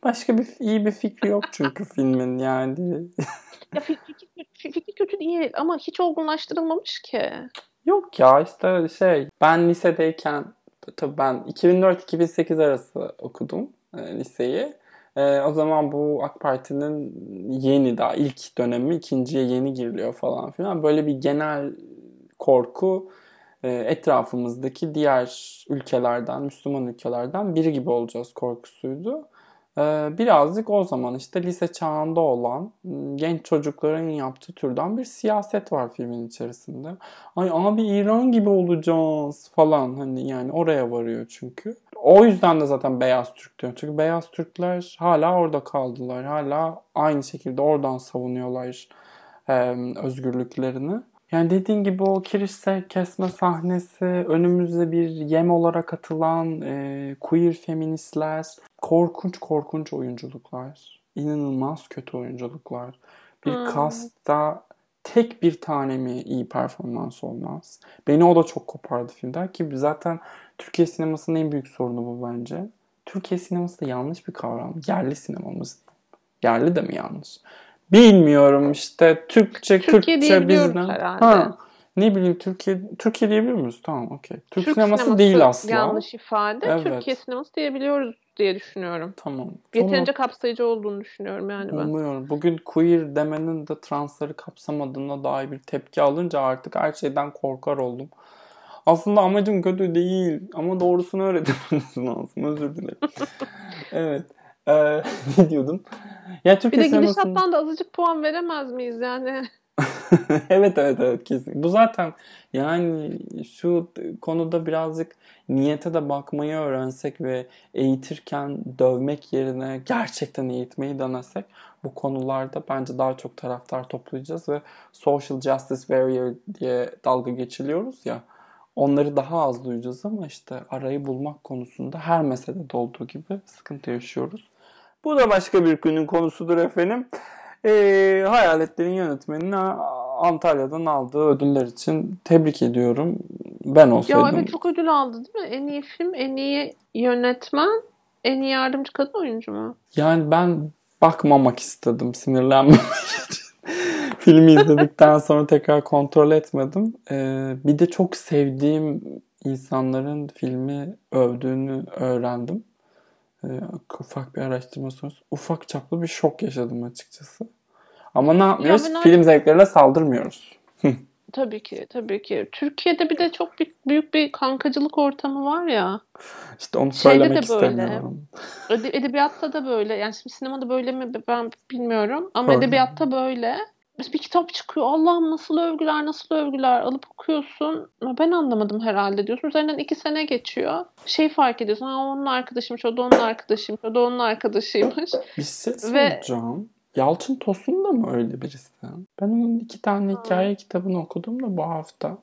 Başka iyi bir fikri yok çünkü filmin yani. Ya fikri kötü değil ama hiç olgunlaştırılmamış ki. Yok ya işte ben lisedeyken tabii ben 2004-2008 arası okudum liseyi. O zaman bu AK Parti'nin yeni daha ilk dönemi, ikinciye yeni giriliyor falan filan. Böyle bir genel korku etrafımızdaki diğer ülkelerden, Müslüman ülkelerden biri gibi olacağız korkusuydu. Birazcık o zaman işte lise çağında olan genç çocukların yaptığı türden bir siyaset var filmin içerisinde. Ay abi İran gibi olacağız falan hani yani oraya varıyor çünkü. O yüzden de zaten Beyaz Türk diyor. Çünkü Beyaz Türkler hala orada kaldılar. Hala aynı şekilde oradan savunuyorlar özgürlüklerini. Yani dediğin gibi o kirişte kesme sahnesi, önümüzde bir yem olarak atılan queer feministler, korkunç korkunç oyunculuklar, inanılmaz kötü oyunculuklar. Bir castta tek bir tane mi iyi performans olmaz? Beni o da çok kopardı filmden ki zaten Türkiye sinemasının en büyük sorunu bu bence. Türkiye sineması da yanlış bir kavram. Yerli sinemamız. Yerli de mi yanlış? Bilmiyorum işte Türkçe, Türkiye Kürtçe diyebiliyoruz bizden. herhalde. Ne bileyim Türkiye diyebiliyor muyuz? Tamam okey. Türk Türk sineması değil sineması asla. yanlış ifade. Türkiye Evet. sineması diyebiliyoruz diye düşünüyorum. Tamam. Yeterince kapsayıcı olduğunu düşünüyorum yani ben. Umuyorum. Bugün queer demenin de transları kapsamadığına dair bir tepki alınca artık her şeyden korkar oldum. Aslında amacım kötü değil ama doğrusunu öğretmeniz lazım. Özür dilerim. Evet. Ne diyordum? Ya Bir Türkiye de sinemasının... gidişattan da azıcık puan veremez miyiz yani? Evet kesin. Bu zaten yani şu konuda birazcık niyete de bakmayı öğrensek ve eğitirken dövmek yerine gerçekten eğitmeyi denesek bu konularda bence daha çok taraftar toplayacağız ve social justice warrior diye dalga geçiliyoruz ya onları daha az duyacağız ama işte arayı bulmak konusunda her meselede olduğu gibi sıkıntı yaşıyoruz. Bu da başka bir günün konusudur efendim. Hayaletlerin yönetmenini Antalya'dan aldığı ödüller için tebrik ediyorum. Ben Ya olsaydım. evet çok ödül aldı değil mi? En iyi film, en iyi yönetmen, en iyi yardımcı kadın oyuncu mu? Yani ben bakmamak istedim sinirlenmemek için. Filmi izledikten sonra tekrar kontrol etmedim. Bir de çok sevdiğim insanların filmi övdüğünü öğrendim. Ufak bir araştırma sonrası. Ufak çaplı bir şok yaşadım açıkçası. Ama ne Ya yapmıyoruz? ben Film artık zevklerine saldırmıyoruz. tabii ki tabii ki. Türkiye'de bir de çok büyük bir kankacılık ortamı var ya. İşte onu Şeyde söylemek de böyle. istemiyorum. Edebiyatta da böyle. Yani şimdi sinemada böyle mi ben bilmiyorum. Ama Öyle. edebiyatta böyle. Mesela bir kitap çıkıyor. Allah'ım nasıl övgüler, nasıl övgüler. Alıp okuyorsun. Ama ben anlamadım herhalde diyorsun. Üzerinden 2 sene geçiyor. Şey fark ediyorsun. Ha, onun arkadaşıymış, o da onun arkadaşıymış, o da onun arkadaşıymış. Bir şey Ve soracağım. Yalçın Tosun da mı öyle birisi? Ben onun 2 tane ha, hikaye kitabını okudum da bu hafta.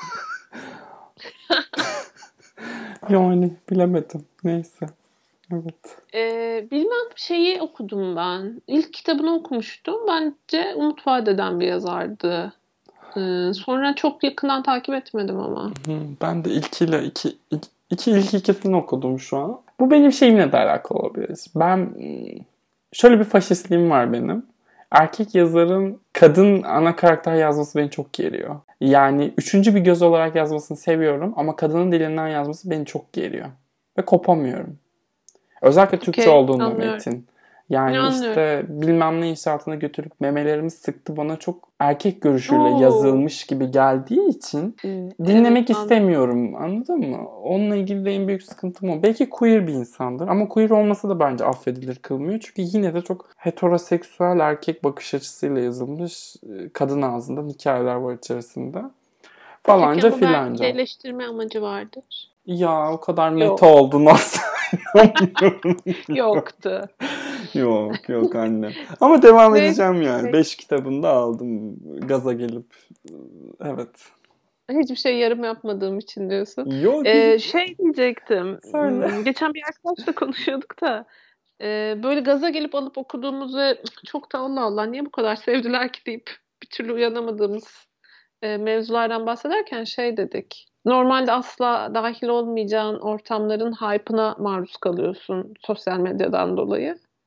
Yani bilemedim. Neyse. Evet. bilmem şeyi okudum ben. İlk kitabını okumuştum. Bence umut vaat eden bir yazardı. Sonra çok yakından takip etmedim ama. Ben de ilk ikisini okudum şu an. Bu benim şeyimle de alakalı olabilir. Ben şöyle bir faşistliğim var benim. Erkek yazarın kadın ana karakter yazması beni çok geriyor. Yani üçüncü bir göz olarak yazmasını seviyorum ama kadının dilinden yazması beni çok geriyor. Ve kopamıyorum. Özellikle Türkçe Okey, olduğunda anlıyorum. metin. Yani Anlıyorum. işte bilmem ne inşaatına götürüp memelerimi sıktı bana çok erkek görüşüyle Oo, yazılmış gibi geldiği için evet dinlemek anlıyorum. istemiyorum. Anladın mı? Onunla ilgili de en büyük sıkıntım o. Belki queer bir insandır ama queer olması da bence affedilir kılmıyor. Çünkü yine de çok heteroseksüel erkek bakış açısıyla yazılmış kadın ağzından hikayeler var içerisinde. Peki Falanca ama belki filanca. eleştirme amacı vardır. Ya o kadar meta Yok. oldun aslında. Yoktu. Yok anne. Ama devam Neyse. edeceğim yani. 5 kitabını da aldım gaza gelip. Evet. Hiçbir şey yarım yapmadığım için diyorsun. Yok değil. Şey diyecektim. Söyle. Geçen bir arkadaşla konuşuyorduk da böyle gaza gelip alıp okuduğumuz ve çok da Allah Allah niye bu kadar sevdiler ki deyip bir türlü uyanamadığımız mevzulardan bahsederken şey dedik. Normalde asla dahil olmayacağın ortamların hype'ına maruz kalıyorsun sosyal medyadan dolayı.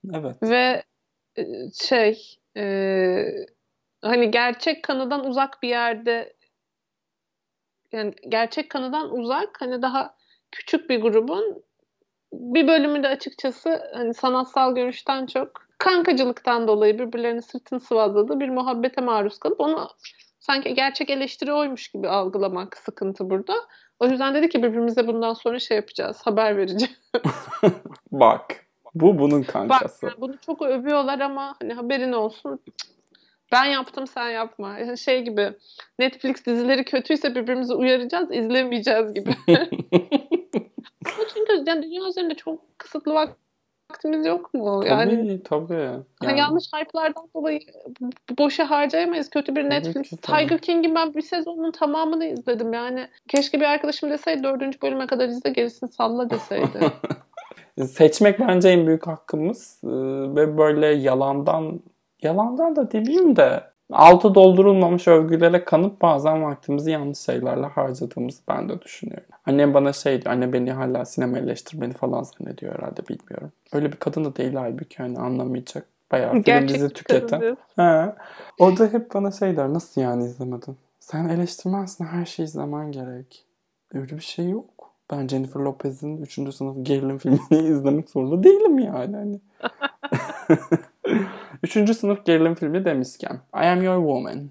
Evet. Ve şey hani gerçek kanıdan uzak bir yerde, yani gerçek kanıdan uzak, hani daha küçük bir grubun bir bölümü de açıkçası hani sanatsal görüşten çok kankacılıktan dolayı birbirlerinin sırtını sıvazladığı bir muhabbete maruz kalıp onu sanki gerçek eleştiri oymuş gibi algılamak sıkıntı burada. O yüzden dedi ki birbirimize bundan sonra şey yapacağız, haber vereceğiz. Bak. Bu bunun Bak kankası. yani bunu çok övüyorlar ama hani haberin olsun, ben yaptım sen yapma. Yani şey gibi, Netflix dizileri kötüyse birbirimizi uyaracağız, izlemeyeceğiz gibi. Ama çünkü yani dünya üzerinde çok kısıtlı vaktimiz yok mu? Yani Tabii tabii. hani Yani yanlış hype'lardan dolayı boşa harcayamayız. Kötü bir tabii Netflix. ki de. Tiger King'in ben bir sezonun tamamını izledim. Yani keşke bir arkadaşım deseydi 4. bölüme kadar izle, gerisini salla deseydi. Seçmek bence en büyük hakkımız. Ve böyle yalandan da demeyeyim de altı doldurulmamış övgülere kanıp bazen vaktimizi yanlış şeylerle harcadığımızı ben de düşünüyorum. Annem bana şey diyor, anne beni hala sinema eleştirmeni falan zannediyor herhalde, bilmiyorum. Öyle bir kadın da değil halbuki, hani anlamayacak. Bayağı film dizi Gerçek bir kadın tüketen. diyor. He. O da hep bana şey der, nasıl yani izlemedin? Sen eleştirmensin, her şeyi izlemen gerek. Öyle bir şey yok. Ben Jennifer Lopez'in 3. sınıf gerilim filmini izlemek zorunda değilim yani. Hani. 3. sınıf gerilim filmi demişken I Am Your Woman.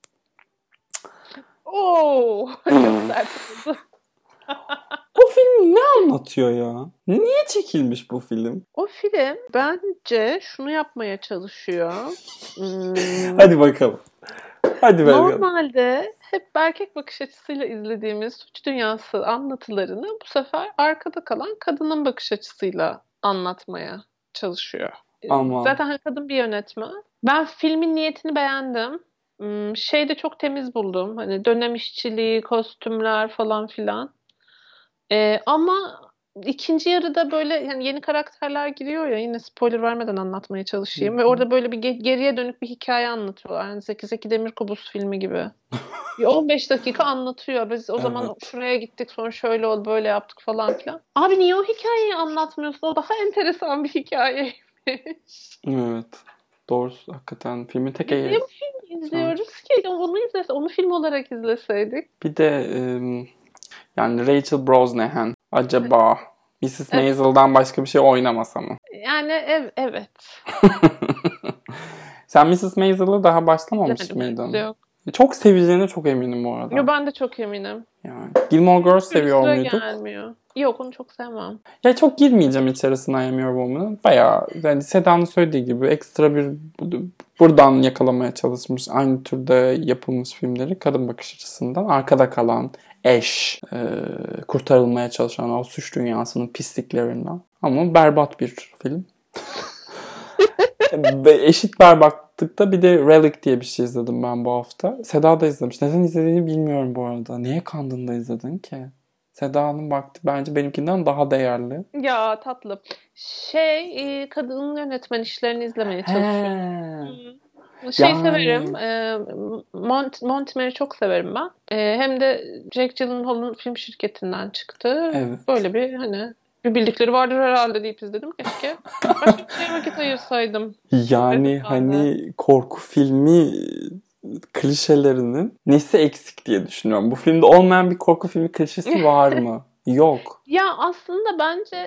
Oo, çok sert oldu. O film ne anlatıyor ya? Niye çekilmiş bu film? O film bence şunu yapmaya çalışıyor. Hadi bakalım. Hadi bakalım. Normalde hep erkek bakış açısıyla izlediğimiz suç dünyası anlatılarını bu sefer arkada kalan kadının bakış açısıyla anlatmaya çalışıyor. Ama Zaten hani kadın bir yönetmen. Ben filmin niyetini beğendim. Şeyi de çok temiz buldum. Hani dönem işçiliği, kostümler falan filan. Ama ikinci yarıda böyle yani yeni karakterler giriyor ya, yine spoiler vermeden anlatmaya çalışayım. Ve orada böyle bir geriye dönük bir hikaye anlatıyorlar. Yani Zeki Demirkubuz filmi gibi. Bir 15 dakika anlatıyor. Biz o zaman evet. şuraya gittik, sonra şöyle oldu, böyle yaptık falan filan. Abi niye o hikayeyi anlatmıyorsun? O daha enteresan bir hikayeymiş. Evet. Doğrusu hakikaten filmin tek Biz niye bu filmi sonuç. izliyoruz ki? Onu izlese, onu film olarak izleseydik. Bir de yani Rachel Brosnahan acaba Mrs. Evet. Maisel'dan başka bir şey oynamasa mı? Yani evet. Sen Mrs. Maisel'ı daha başlamamış İzlemedim henüz, mıydın? yok. Çok seveceğine çok eminim bu Yo, arada. ben de çok eminim. Yani Gilmore Bir Girls türlü seviyor sıra muyduk? gelmiyor. Yok, onu çok sevmem. Ya çok girmeyeceğim içerisine I Am Your Woman'ın. Bayağı yani Seda'nın söylediği gibi ekstra bir buradan yakalamaya çalışmış aynı türde yapılmış filmleri kadın bakış açısından arkada kalan eş, kurtarılmaya çalışan o suç dünyasının pisliklerinden. Ama berbat bir film. Ve eşit berbatlıkta bir de Relic diye bir şey izledim ben bu hafta. Seda da izlemiş. Neden izlediğini bilmiyorum bu arada. Niye kandın da izledin ki? Seda'nın vakti bence benimkinden daha değerli. Ya tatlım. Kadının yönetmen işlerini izlemeye He. çalışıyorum. Şeyi severim. Yani Montemer'i çok severim ben. Hem de Jake Gyllenhaal'ın film şirketinden çıktı. evet. Böyle bir hani bir bildikleri vardır herhalde deyip izledim. Keşke başka bir şeye vakit ayırsaydım Yani dedim ben de. hani korku filmi klişelerinin nesi eksik diye düşünüyorum. Bu filmde olmayan bir korku filmi klişesi var mı? Yok. Ya aslında bence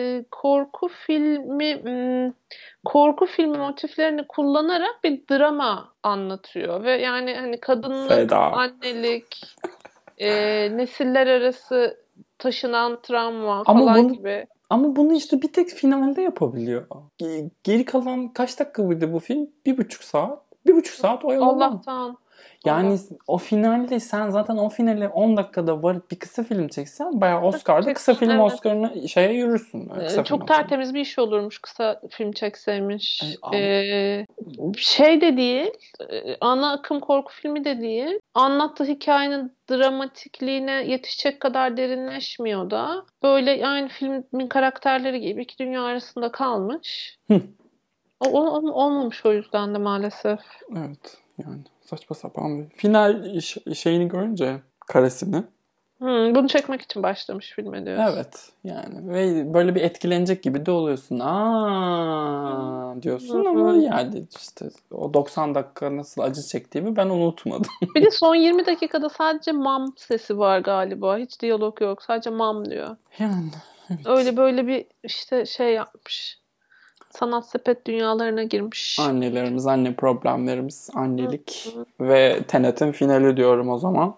korku filmi motiflerini kullanarak bir drama anlatıyor ve yani hani kadınlık, Seda. annelik, nesiller arası taşınan travma Ama falan bunu gibi. ama bunu işte bir tek finalde yapabiliyor. Geri kalan kaç dakika mıydı bu film? 1,5 saat. 1,5 saat oyalama. Allah'tan, Yani Allah'tan. o finalde sen zaten o finale 10 dakikada varıp bir kısa film çeksen bayağı Oscar'da kısa film Evet. Oscar'ını şeye yürürsün. Kısa film Çok Oscar'ını. tertemiz bir iş olurmuş kısa film çekseymiş. Ama Şey de değil, ana akım korku filmi de değil. Anlattığı hikayenin dramatikliğine yetişecek kadar derinleşmiyor da. Böyle aynı filmin karakterleri gibi iki dünya arasında kalmış. Olmamış o yüzden de maalesef. evet yani saçma sapan bir final şeyini görünce karesini Bunu çekmek için başlamış filme diyorsun. Evet yani ve böyle bir etkilenecek gibi de oluyorsun. Aa diyorsun ama yani işte o 90 dakika nasıl acı çektiğimi ben unutmadım. Bir de son 20 dakikada sadece mam sesi var galiba. Hiç diyalog yok. Sadece mam diyor. Yani evet. Öyle böyle bir işte şey yapmış. Sanat sepet dünyalarına girmiş. Annelerimiz, anne problemlerimiz, Hı annelik hı. ve Tenet'in finali diyorum o zaman.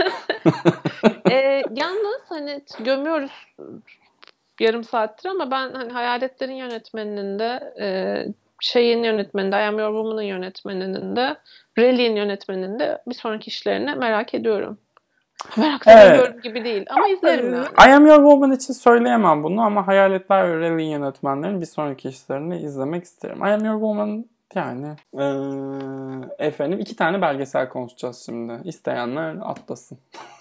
Yalnız hani gömüyoruz yarım saattir ama ben hani Hayaletlerin yönetmeninin de şeyin yönetmeninde, I Am Your Woman'ın yönetmeninin de Rally'in yönetmeninin de bir sonraki işlerini merak ediyorum. Meraktan Evet. ölüyorum gibi değil ama izlerim yani. I Am Your Woman için söyleyemem bunu ama Hayaletler ve Rally yönetmenlerin bir sonraki işlerini izlemek isterim. I Am Your Woman yani efendim 2 tane belgesel konuşacağız şimdi. İsteyenler atlasın.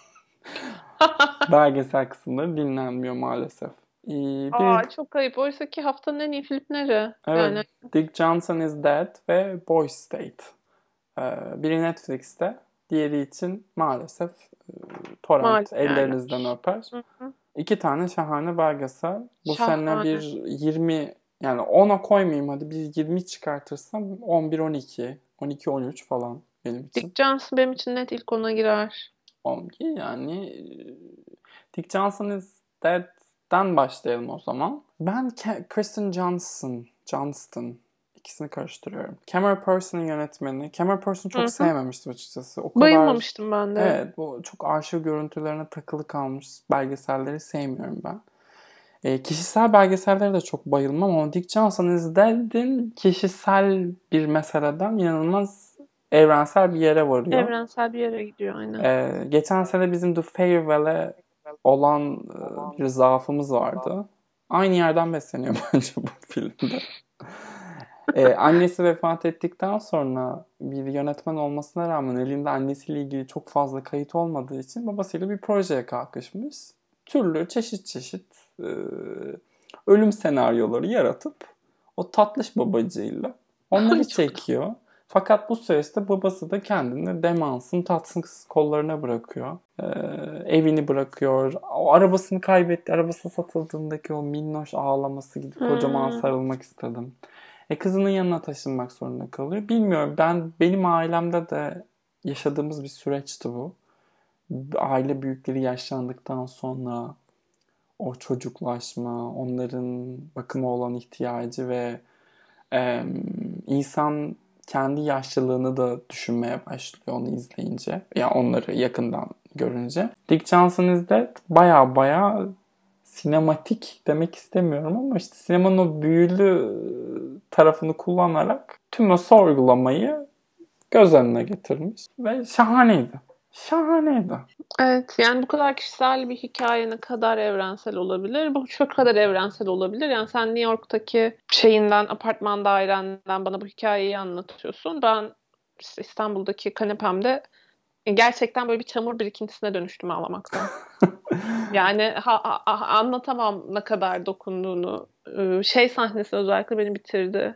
Belgesel kısımları dinlenmiyor maalesef. Bir, Aa çok ayıp. Oysa ki haftanın en iyi filmleri. evet, Yani Dick Johnson is Dead ve Boys State. Biri Netflix'te, diğeri için maalesef torrent malum ellerinizden yerler. öper. Hı hı. 2 tane şahane belgesel. Bu sene bir Şahane. 20 yani 10'a koymayayım hadi bir 20 çıkartırsam 11, 12, 12, 13 falan benim için. Dick Johnson benim için net ilk ona girer. 12 yani Dick Johnson is Dead'den başlayalım o zaman. Ben Kristen Johnston ikisini karıştırıyorum. Cameron Person'un yönetmeni. Cameron Person'u Hı çok hı. sevmemiştim açıkçası. O kadar Bayılmamıştım ben de. evet bu çok arşiv görüntülerine takılı kalmış belgeselleri sevmiyorum ben. Kişisel belgesellere de çok bayılmam ama Dick Johnson is Dead'in kişisel bir meseleden inanılmaz evrensel bir yere varıyor. Evrensel bir yere gidiyor aynen. Geçen sene bizim The Farewell'e olan bir zaafımız vardı. Aynı yerden besleniyor bence bu filmde. Annesi vefat ettikten sonra bir yönetmen olmasına rağmen elinde annesiyle ilgili çok fazla kayıt olmadığı için babasıyla bir projeye kalkışmış. Türlü çeşit e, ölüm senaryoları yaratıp o tatlış babacığıyla Ay onları çok çekiyor. Fakat bu süreçte babası da kendini demansın tatsız kollarına bırakıyor. Evini bırakıyor. O arabasını kaybetti. Arabası satıldığındaki o minnoş ağlaması gibi kocaman Hmm. sarılmak istedim. Kızının yanına taşınmak zorunda kalıyor. Bilmiyorum benim ailemde de yaşadığımız bir süreçti bu. Aile büyükleri yaşlandıktan sonra o çocuklaşma, onların bakıma olan ihtiyacı ve e, insan kendi yaşlılığını da düşünmeye başlıyor onu izleyince. Yani onları yakından görünce. Dick Johnson is Dead baya sinematik demek istemiyorum ama işte sinemanın o büyülü tarafını kullanarak tüm o sorgulamayı göz önüne getirmiş ve şahaneydi. Şahaneydi. Evet yani bu kadar kişisel bir hikaye ne kadar evrensel olabilir? Bu çok kadar evrensel olabilir. Yani sen New York'taki şeyinden, apartman dairenden bana bu hikayeyi anlatıyorsun. Ben işte İstanbul'daki kanepemde gerçekten böyle bir çamur birikintisine dönüştüm ağlamaktan. Yani anlatamam ne kadar dokunduğunu. Şey sahnesi özellikle beni bitirdi.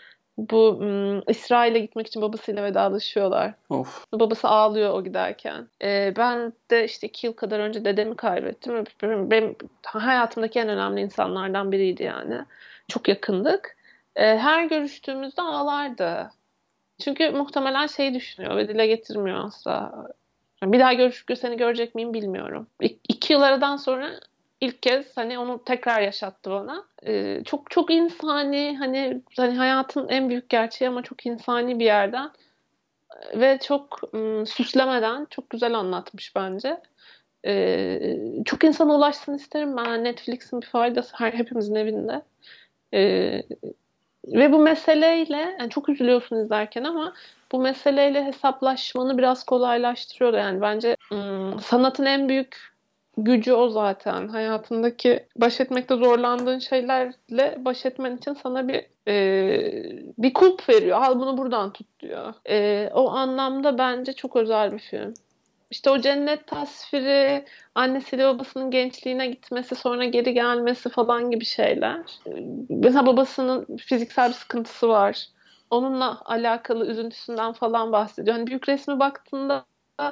Bu İsrail'e gitmek için babasıyla vedalaşıyorlar. Of. Babası ağlıyor o giderken. Ben de işte 2 yıl kadar önce dedemi kaybettim. Benim hayatımdaki en önemli insanlardan biriydi yani. Çok yakındık. Her görüştüğümüzde ağlardı. Çünkü muhtemelen şey düşünüyor ve dile getirmiyor asla. Bir daha seni görecek miyim bilmiyorum. 2 yıl aradan sonra ilk kez hani onu tekrar yaşattı bana. Çok çok insani hani hayatın en büyük gerçeği ama çok insani bir yerden ve çok süslemeden çok güzel anlatmış bence. Çok insana ulaşsın isterim ben. Netflix'in bir faydası hepimizin evinde. Ee, Ve bu meseleyle yani çok üzülüyorsun izlerken ama bu meseleyle hesaplaşmanı biraz kolaylaştırıyor da yani bence sanatın en büyük gücü o zaten. Hayatındaki baş etmekte zorlandığın şeylerle baş etmen için sana bir kulp veriyor. Al bunu buradan tut diyor. O anlamda bence çok özel bir film. İşte o cennet tasviri, annesiyle babasının gençliğine gitmesi, sonra geri gelmesi falan gibi şeyler. Mesela babasının fiziksel bir sıkıntısı var. Onunla alakalı üzüntüsünden falan bahsediyor. Hani büyük resme baktığında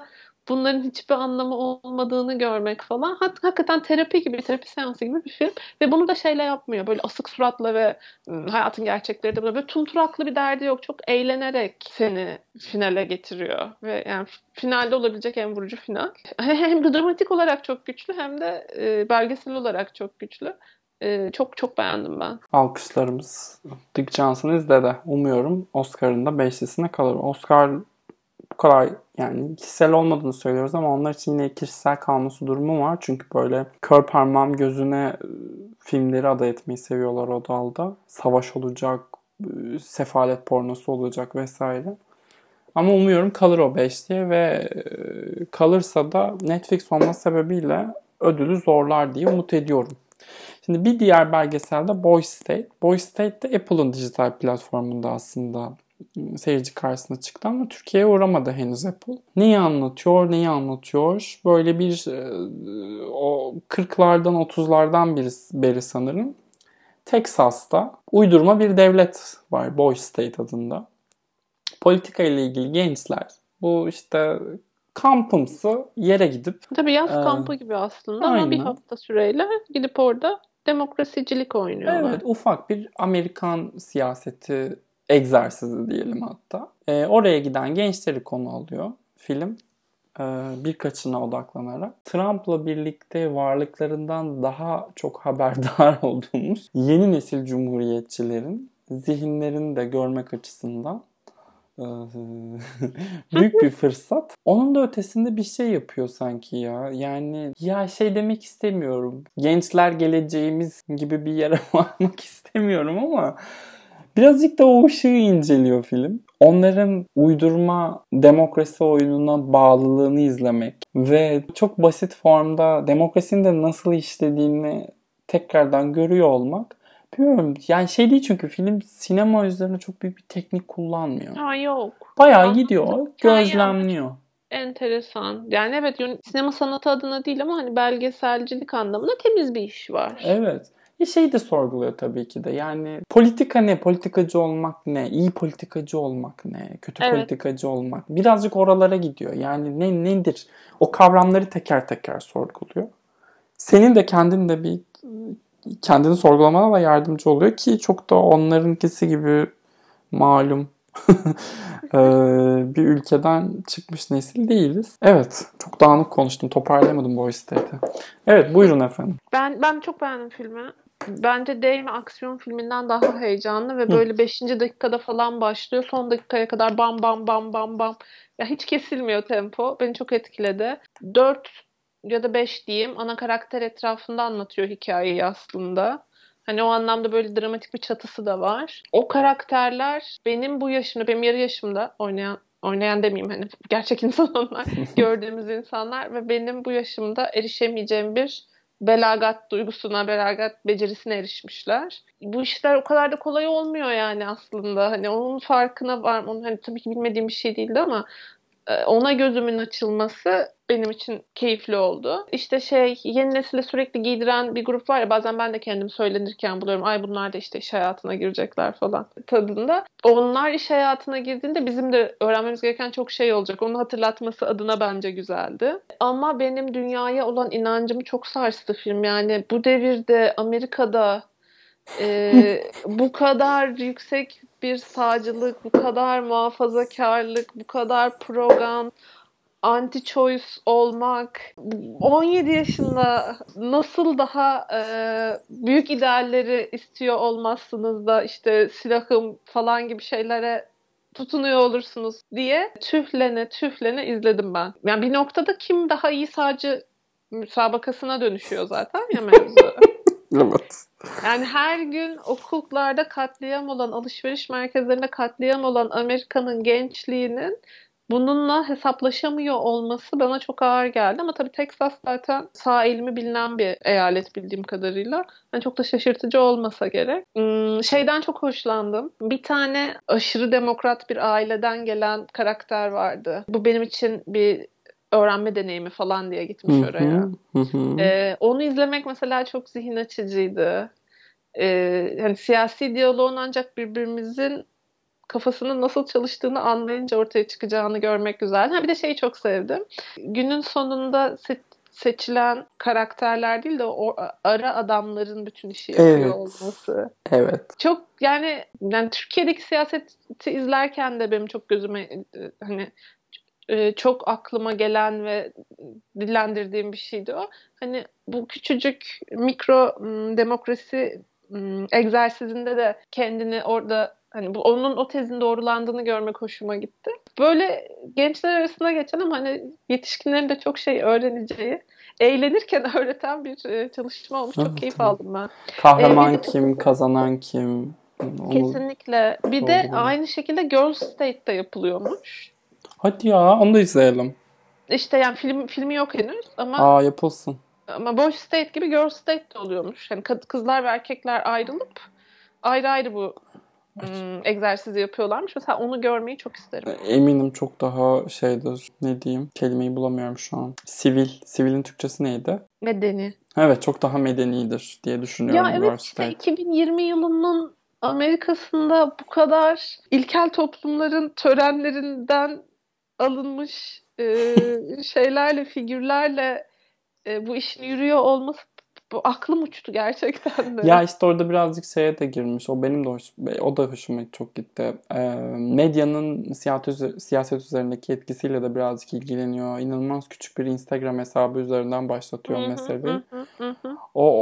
bunların hiçbir anlamı olmadığını görmek falan. Hakikaten terapi gibi, terapi seansı gibi bir film. Ve bunu da şeyle yapmıyor. Böyle asık suratla ve hayatın gerçekleri de böyle tumturaklı bir derdi yok. Çok eğlenerek seni finale getiriyor. Ve yani finalde olabilecek en vurucu final. Hem dramatik olarak çok güçlü hem de belgesel olarak çok güçlü. Çok çok beğendim ben. Alkışlarımız Dick Johnson izledi. Umuyorum Oscar'ın da beşlisine kalır. Oscar bu kadar yani kişisel olmadığını söylüyoruz ama onlar için yine kişisel kalması durumu var. Çünkü böyle kör parmağım gözüne filmleri aday etmeyi seviyorlar o dalda. Savaş olacak, sefalet pornosu olacak vesaire. Ama umuyorum kalır o beşliğe ve kalırsa da Netflix olması sebebiyle ödülü zorlar diye umut ediyorum. Şimdi bir diğer belgeselde Boys State. Boys State de Apple'ın dijital platformunda aslında seyirci karşısına çıktı ama Türkiye'ye uğramadı henüz Apple. Neyi anlatıyor? Böyle bir o 40'lardan 30'lardan beri sanırım Texas'ta uydurma bir devlet var Boys State adında. Politika ile ilgili gençler bu işte kampımsı yere gidip Tabii yaz kampı gibi aslında ama bir aynen. hafta süreyle gidip orada demokrasicilik oynuyorlar. Evet, ufak bir Amerikan siyaseti egzersizi diyelim hatta. Oraya giden gençleri konu alıyor film. Birkaçına odaklanarak. Trump'la birlikte varlıklarından daha çok haberdar olduğumuz yeni nesil cumhuriyetçilerin zihinlerini de görmek açısından büyük bir fırsat. Onun da ötesinde bir şey yapıyor sanki ya. Yani ya şey demek istemiyorum. Gençler geleceğimiz gibi bir yere varmak istemiyorum ama birazcık da o ışığı inceliyor film. Onların uydurma demokrasi oyununa bağlılığını izlemek ve çok basit formda demokrasinin de nasıl işlediğini tekrardan görüyor olmak. Bilmiyorum. Yani şey değil çünkü film sinema üzerine çok büyük bir teknik kullanmıyor. Ha yok. Bayağı gidiyor, Anladım. Hikaye ama gözlemliyor. enteresan. Yani evet sinema sanatı adına değil ama hani belgeselcilik anlamında temiz bir iş var. Evet. Şeyi de sorguluyor tabii ki de. Yani politika ne? Politikacı olmak ne? İyi politikacı olmak ne? Kötü Evet. politikacı olmak. Birazcık oralara gidiyor. Yani nedir? O kavramları teker teker sorguluyor. Senin de kendini sorgulamana da yardımcı oluyor ki çok da onlarınkisi gibi malum bir ülkeden çıkmış nesil değiliz. Evet, çok dağınık konuştum. Toparlayamadım bu isteği. Evet, buyurun efendim. Ben çok beğendim filmi. Bence Dame aksiyon filminden daha heyecanlı ve böyle 5. dakikada falan başlıyor. Son dakikaya kadar bam bam bam bam bam. Ya hiç kesilmiyor tempo. Beni çok etkiledi. 4 ya da 5 diyeyim ana karakter etrafında anlatıyor hikayeyi aslında. Hani o anlamda böyle dramatik bir çatısı da var. O karakterler benim yarı yaşımda oynayan demeyeyim hani gerçek insan onlar. Gördüğümüz insanlar ve benim bu yaşımda erişemeyeceğim bir belagat becerisine erişmişler. Bu işler o kadar da kolay olmuyor yani aslında. Hani onun farkına var. Onun hani tabii ki bilmediğim bir şey değildi ama ona gözümün açılması benim için keyifli oldu. İşte yeni nesile sürekli giydiren bir grup var ya bazen ben de kendimi söylenirken buluyorum. Ay bunlar da işte iş hayatına girecekler falan tadında. Onlar iş hayatına girdiğinde bizim de öğrenmemiz gereken çok şey olacak. Onu hatırlatması adına bence güzeldi. Ama benim dünyaya olan inancımı çok sarstı film. Yani bu devirde Amerika'da bu kadar yüksek bir sağcılık, bu kadar muhafazakarlık, bu kadar program, anti-choice olmak, 17 yaşında nasıl daha büyük idealleri istiyor olmazsınız da işte silahım falan gibi şeylere tutunuyor olursunuz diye tühlene izledim ben. Yani bir noktada kim daha iyi sağcı müsabakasına dönüşüyor zaten ya mevzu. Evet. Yani her gün okullarda katliam olan, alışveriş merkezlerinde katliam olan Amerika'nın gençliğinin bununla hesaplaşamıyor olması bana çok ağır geldi. Ama tabii Texas zaten sağ eğilimi bilinen bir eyalet bildiğim kadarıyla. Yani çok da şaşırtıcı olmasa gerek. Şeyden çok hoşlandım. Bir tane aşırı demokrat bir aileden gelen karakter vardı. Bu benim için bir öğrenme deneyimi falan diye gitmiş oraya. Onu izlemek mesela çok zihin açıcıydı. Hani siyasi diyaloğun ancak birbirimizin kafasının nasıl çalıştığını anlayınca ortaya çıkacağını görmek güzel. Ha bir de şeyi çok sevdim. Günün sonunda seçilen karakterler değil de o ara adamların bütün işi yapıyor Evet. olması. Evet. Çok yani Türkiye'deki siyaseti izlerken de benim çok gözüme hani çok aklıma gelen ve dillendirdiğim bir şeydi o. Hani bu küçücük mikro demokrasi egzersizinde de kendini orada hani onun o tezin doğrulandığını görmek hoşuma gitti. Böyle gençler arasında geçen ama hani yetişkinlerin de çok şey öğreneceği, eğlenirken öğreten bir çalışma olmuş. Çok keyif Evet. aldım ben. Bir Kahraman de kim, kazanan kim? Onu kesinlikle. Bir de sorguladım. aynı şekilde Girls State'de yapılıyormuş. Hadi ya, onu da izleyelim. İşte yani filmi yok henüz ama Yapılsın. Boys State gibi Girls State de oluyormuş. Yani kızlar ve erkekler ayrılıp ayrı ayrı bu egzersizi yapıyorlarmış. Mesela onu görmeyi çok isterim. Eminim çok daha şeydir. Ne diyeyim? Kelimeyi bulamıyorum şu an. Sivil. Sivilin Türkçesi neydi? Medeni. Evet, çok daha medenidir diye Ya düşünüyorum evet Girls işte State. 2020 yılının Amerika'sında bu kadar ilkel toplumların törenlerinden alınmış şeylerle, figürlerle bu işin yürüyor olması bu aklım uçtu gerçekten de. Ya işte orada birazcık şeye de girmiş. O da hoşuma çok gitti. Medyanın siyaset üzerindeki etkisiyle de birazcık ilgileniyor. İnanılmaz küçük bir Instagram hesabı üzerinden başlatıyor Hı hı meseleyi. hı hı hı hı.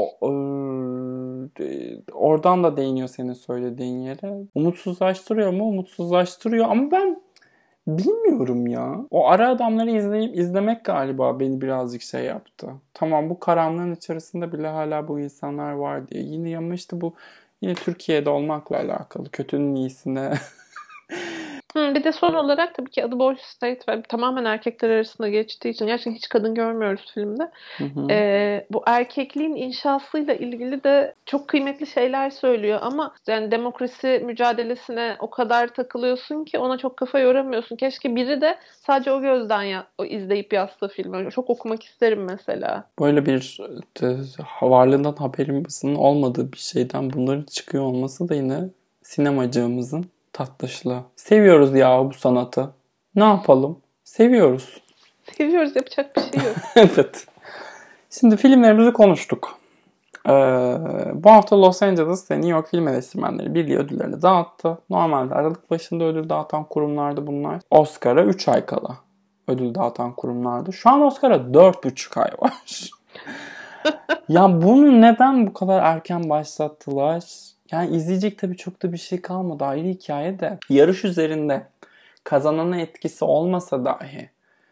Oradan da değiniyor senin söylediğin yere. Umutsuzlaştırıyor mu? Umutsuzlaştırıyor ama ben bilmiyorum ya. O ara adamları izlemek galiba beni birazcık şey yaptı. Tamam, bu karanlığın içerisinde bile hala bu insanlar var diye. Yine ama işte bu yine Türkiye'de olmakla alakalı. Kötünün iyisine. Bir de son olarak tabii ki adı Boys State ve tamamen erkekler arasında geçtiği için gerçekten hiç kadın görmüyoruz filmde. Hı hı. Bu erkekliğin inşasıyla ilgili de çok kıymetli şeyler söylüyor ama yani demokrasi mücadelesine o kadar takılıyorsun ki ona çok kafa yoramıyorsun. Keşke biri de sadece o gözden izleyip yazsa filmi. Çok okumak isterim mesela. Böyle bir varlığından haberimizin olmadığı bir şeyden bunların çıkıyor olması da yine sinemacığımızın tatlışlığı. Seviyoruz ya bu sanatı. Ne yapalım? Seviyoruz. Seviyoruz, yapacak bir şey yok. Evet. Şimdi filmlerimizi konuştuk. Bu hafta Los Angeles ve New York Film Eleştirmenleri Birliği ödüllerini dağıttı. Normalde Aralık başında ödül dağıtan kurumlardı bunlar. Oscar'a 3 ay kala ödül dağıtan kurumlardı. Şu an Oscar'a 4,5 ay var. Ya bunu neden bu kadar erken başlattılar? Yani izleyecek tabii çok da bir şey kalmadı. Ayrı hikaye de. Yarış üzerinde kazanana etkisi olmasa dahi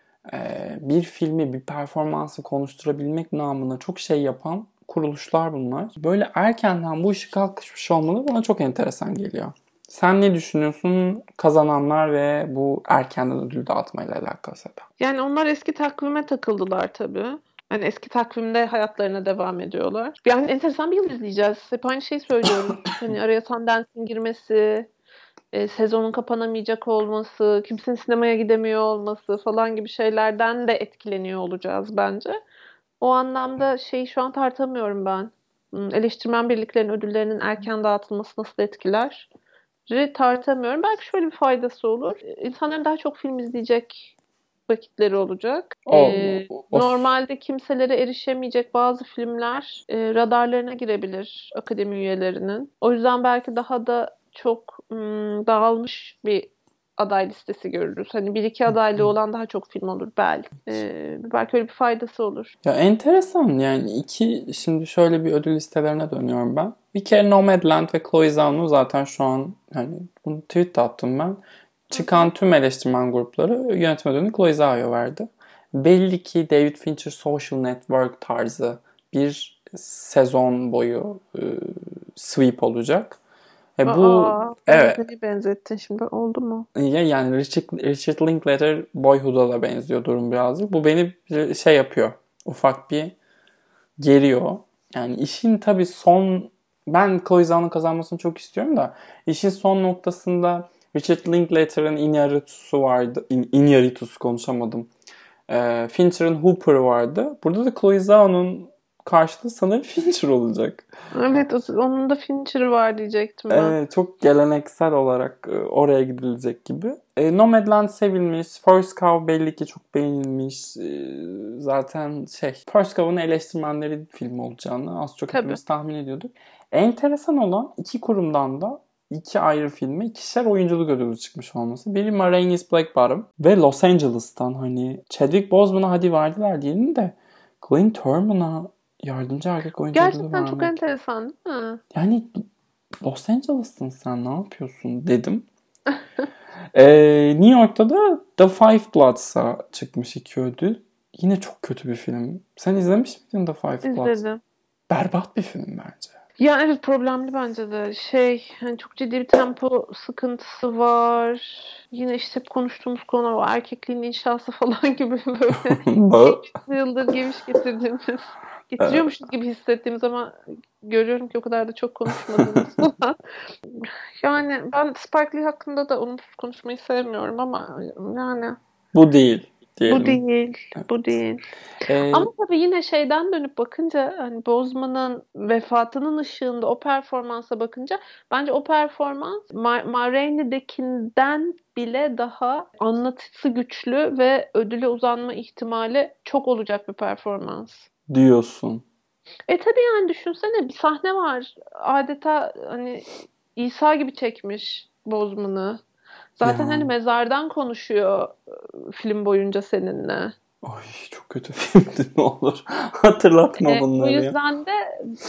bir filmi, bir performansı konuşturabilmek namına çok şey yapan kuruluşlar bunlar. Böyle erkenden bu işi kalkışmış olmalı bana çok enteresan geliyor. Sen ne düşünüyorsun kazananlar ve bu erkenden ödül dağıtmayla alakalı da? Yani onlar eski takvime takıldılar tabii. Hani eski takvimde hayatlarına devam ediyorlar. Yani enteresan bir yıl izleyeceğiz. Hep aynı şeyi söylüyoruz. Hani araya Sundance'in girmesi, sezonun kapanamayacak olması, kimsenin sinemaya gidemiyor olması falan gibi şeylerden de etkileniyor olacağız bence. O anlamda şeyi şu an tartamıyorum ben. Eleştirmen birliklerinin ödüllerinin erken dağıtılması nasıl etkiler? Tartamıyorum. Belki şöyle bir faydası olur. İnsanların daha çok film izleyecek vakitleri olacak. O Normalde kimselere erişemeyecek bazı filmler radarlarına girebilir akademi üyelerinin. O yüzden belki daha da çok dağılmış bir aday listesi görürüz. Hani bir iki adaylı olan daha çok film olur belki. Belki öyle bir faydası olur. Ya enteresan yani şimdi şöyle bir ödül listelerine dönüyorum ben. Bir kere Nomadland ve Chloe Zhao'nu zaten şu an hani bunu tweet attım ben. Çıkan tüm eleştirmen grupları yönetmen ödülünü Chloe Zhao'ya verdi. Belli ki David Fincher Social Network tarzı bir sezon boyu sweep olacak. Bu evet. Benzeri benzettin şimdi oldu mu? Ya yani Richard Linklater Boyhood'a da benziyor durum birazcık. Bu beni şey yapıyor. Ufak bir geriyor. Yani işin tabii ben Chloe Zhao'nun kazanmasını çok istiyorum da işin son noktasında Richard Linklater'ın Iñárritu'su vardı. Iñárritu'su konuşamadım. Fincher'ın Hooper vardı. Burada da Chloe Zhao'nun karşılığı sanırım Fincher olacak. Evet, onun da Fincher'ı var diyecektim ben. Evet, çok geleneksel olarak oraya gidilecek gibi. Nomadland sevilmiş. First Cow belli ki çok beğenilmiş. Zaten First Cow'un eleştirmenleri film olacağını az çok Tabii. hepimiz tahmin ediyorduk. Enteresan olan iki kurumdan da iki ayrı filme ikişer oyunculuk ödülü çıkmış olması. Biri Ma Rainey's Black Bottom ve Los Angeles'tan hani Chadwick Boseman'a hadi verdiler diyelim de Glenn Turman'a yardımcı erkek oyuncu ödülü Gerçekten çok vermek. enteresan değil mi? Yani Los Angeles'tın sen, ne yapıyorsun dedim. New York'ta da The Five Bloods'a çıkmış 2 ödül. Yine çok kötü bir film. Sen izlemiş miydin The Five Bloods? İzledim. Berbat bir film bence. Ya evet, problemli bence de. Hani çok ciddi bir tempo sıkıntısı var. Yine işte hep konuştuğumuz konu o erkekliğin inşası falan gibi böyle yıldır geviş getiriyormuşuz gibi hissettiğimiz ama görüyorum ki o kadar da çok konuşmadığımız falan. Yani ben Spike Lee hakkında da olumsuz konuşmayı sevmiyorum ama yani Bu değil diyelim. Bu değil. Ama tabii yine şeyden dönüp bakınca hani Boseman'ın vefatının ışığında o performansa bakınca bence o performans Ma Rainey'dekinden bile daha anlatısı güçlü ve ödüle uzanma ihtimali çok olacak bir performans. Diyorsun. Tabii yani düşünsene, bir sahne var. Adeta hani İsa gibi çekmiş Boseman'ı. Zaten hani mezardan konuşuyor film boyunca seninle. Ay çok kötü filmdi, ne olur. Hatırlatma bunları. O yüzden de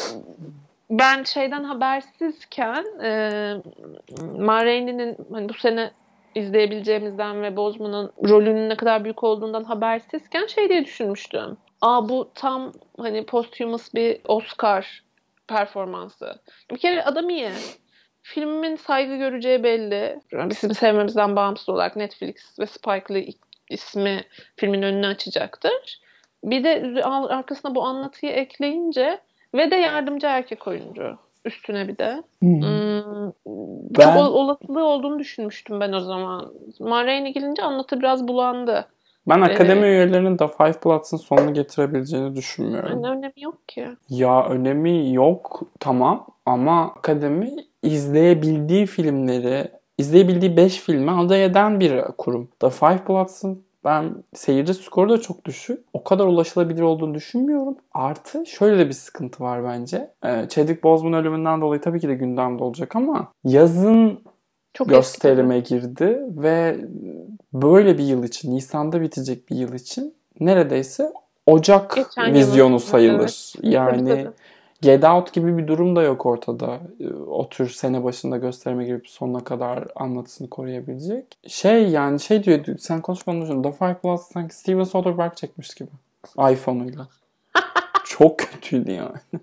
ben şeyden habersizken Ma Rainey'nin hani bu sene izleyebileceğimizden ve Boseman'ın rolünün ne kadar büyük olduğundan habersizken diye düşünmüştüm. Bu tam hani posthumous bir Oscar performansı. Bir kere adam iyi. Filmin saygı göreceği belli. Bizim sevmemizden bağımsız olarak Netflix ve Spike Lee ismi filmin önünü açacaktır. Bir de arkasına bu anlatıyı ekleyince ve de yardımcı erkek oyuncu üstüne bir de. Çok olasılığı olduğunu düşünmüştüm ben o zaman. Ma Rainey gelince anlatı biraz bulandı. Ben akademi üyelerinin The Five Bloods'ın sonunu getirebileceğini düşünmüyorum. Önemi yok ki. Ya önemi yok tamam ama akademi izleyebildiği 5 filmi aday eden bir kurum. The Five Bloods'ın ben seyirci skoru da çok düşük. O kadar ulaşılabilir olduğunu düşünmüyorum. Artı şöyle de bir sıkıntı var bence. Chadwick Boseman ölümünden dolayı tabii ki de gündemde olacak ama yazın çok gösterime girdi ve böyle bir yıl için, Nisan'da bitecek bir yıl için neredeyse Ocak vizyonu sayılır. Evet. Yani Get Out gibi bir durum da yok ortada. O tür sene başında gösterime girip sonuna kadar anlatısını koruyabilecek. Diyor, sen konuşmadan düşün. The Five Bloods sanki Steven Soderbergh çekmiş gibi. iPhone'uyla. Çok kötüydü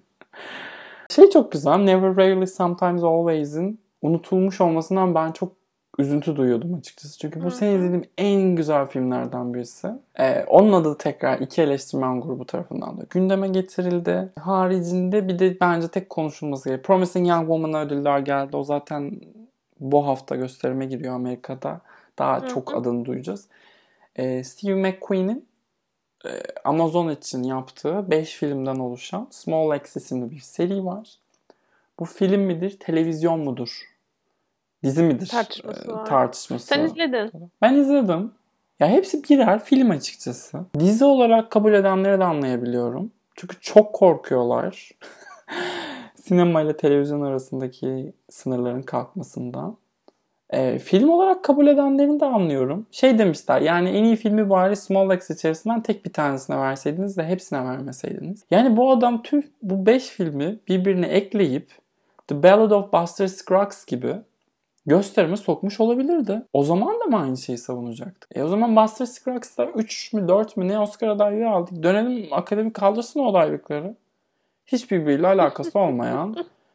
yani. Çok güzel. Never, Rarely, Sometimes, Always'in unutulmuş olmasından ben çok üzüntü duyuyordum açıkçası. Çünkü bu sene izlediğim en güzel filmlerden birisi. Onun adı tekrar 2 eleştirmen grubu tarafından da gündeme getirildi. Haricinde bir de bence tek konuşulması gerekiyor. Promising Young Woman'a ödüller geldi. O zaten bu hafta gösterime giriyor Amerika'da. Daha çok adını duyacağız. Steve McQueen'in Amazon için yaptığı 5 filmden oluşan Small Axe isimli bir seri var. Bu film midir, televizyon mudur? Dizi midir? Tartışması. Sen izledin. Ben izledim. Ya hepsi birer film açıkçası. Dizi olarak kabul edenleri de anlayabiliyorum. Çünkü çok korkuyorlar. Sinema ile televizyon arasındaki sınırların kalkmasından. Film olarak kabul edenlerini de anlıyorum. Demişler, yani en iyi filmi bari Small Axe içerisinden tek bir tanesine verseydiniz de hepsine vermeseydiniz. Yani bu adam tüm bu 5 filmi birbirine ekleyip The Ballad of Buster Scruggs gibi gösterime sokmuş olabilirdi. O zaman da mı aynı şeyi savunacaktık? O zaman Buster Scruggs'ta 3 mü 4 mü ne Oscar adaylığı aldık. Dönelim akademi kaldırsın o adaylıkları. Hiçbirbiriyle alakası olmayan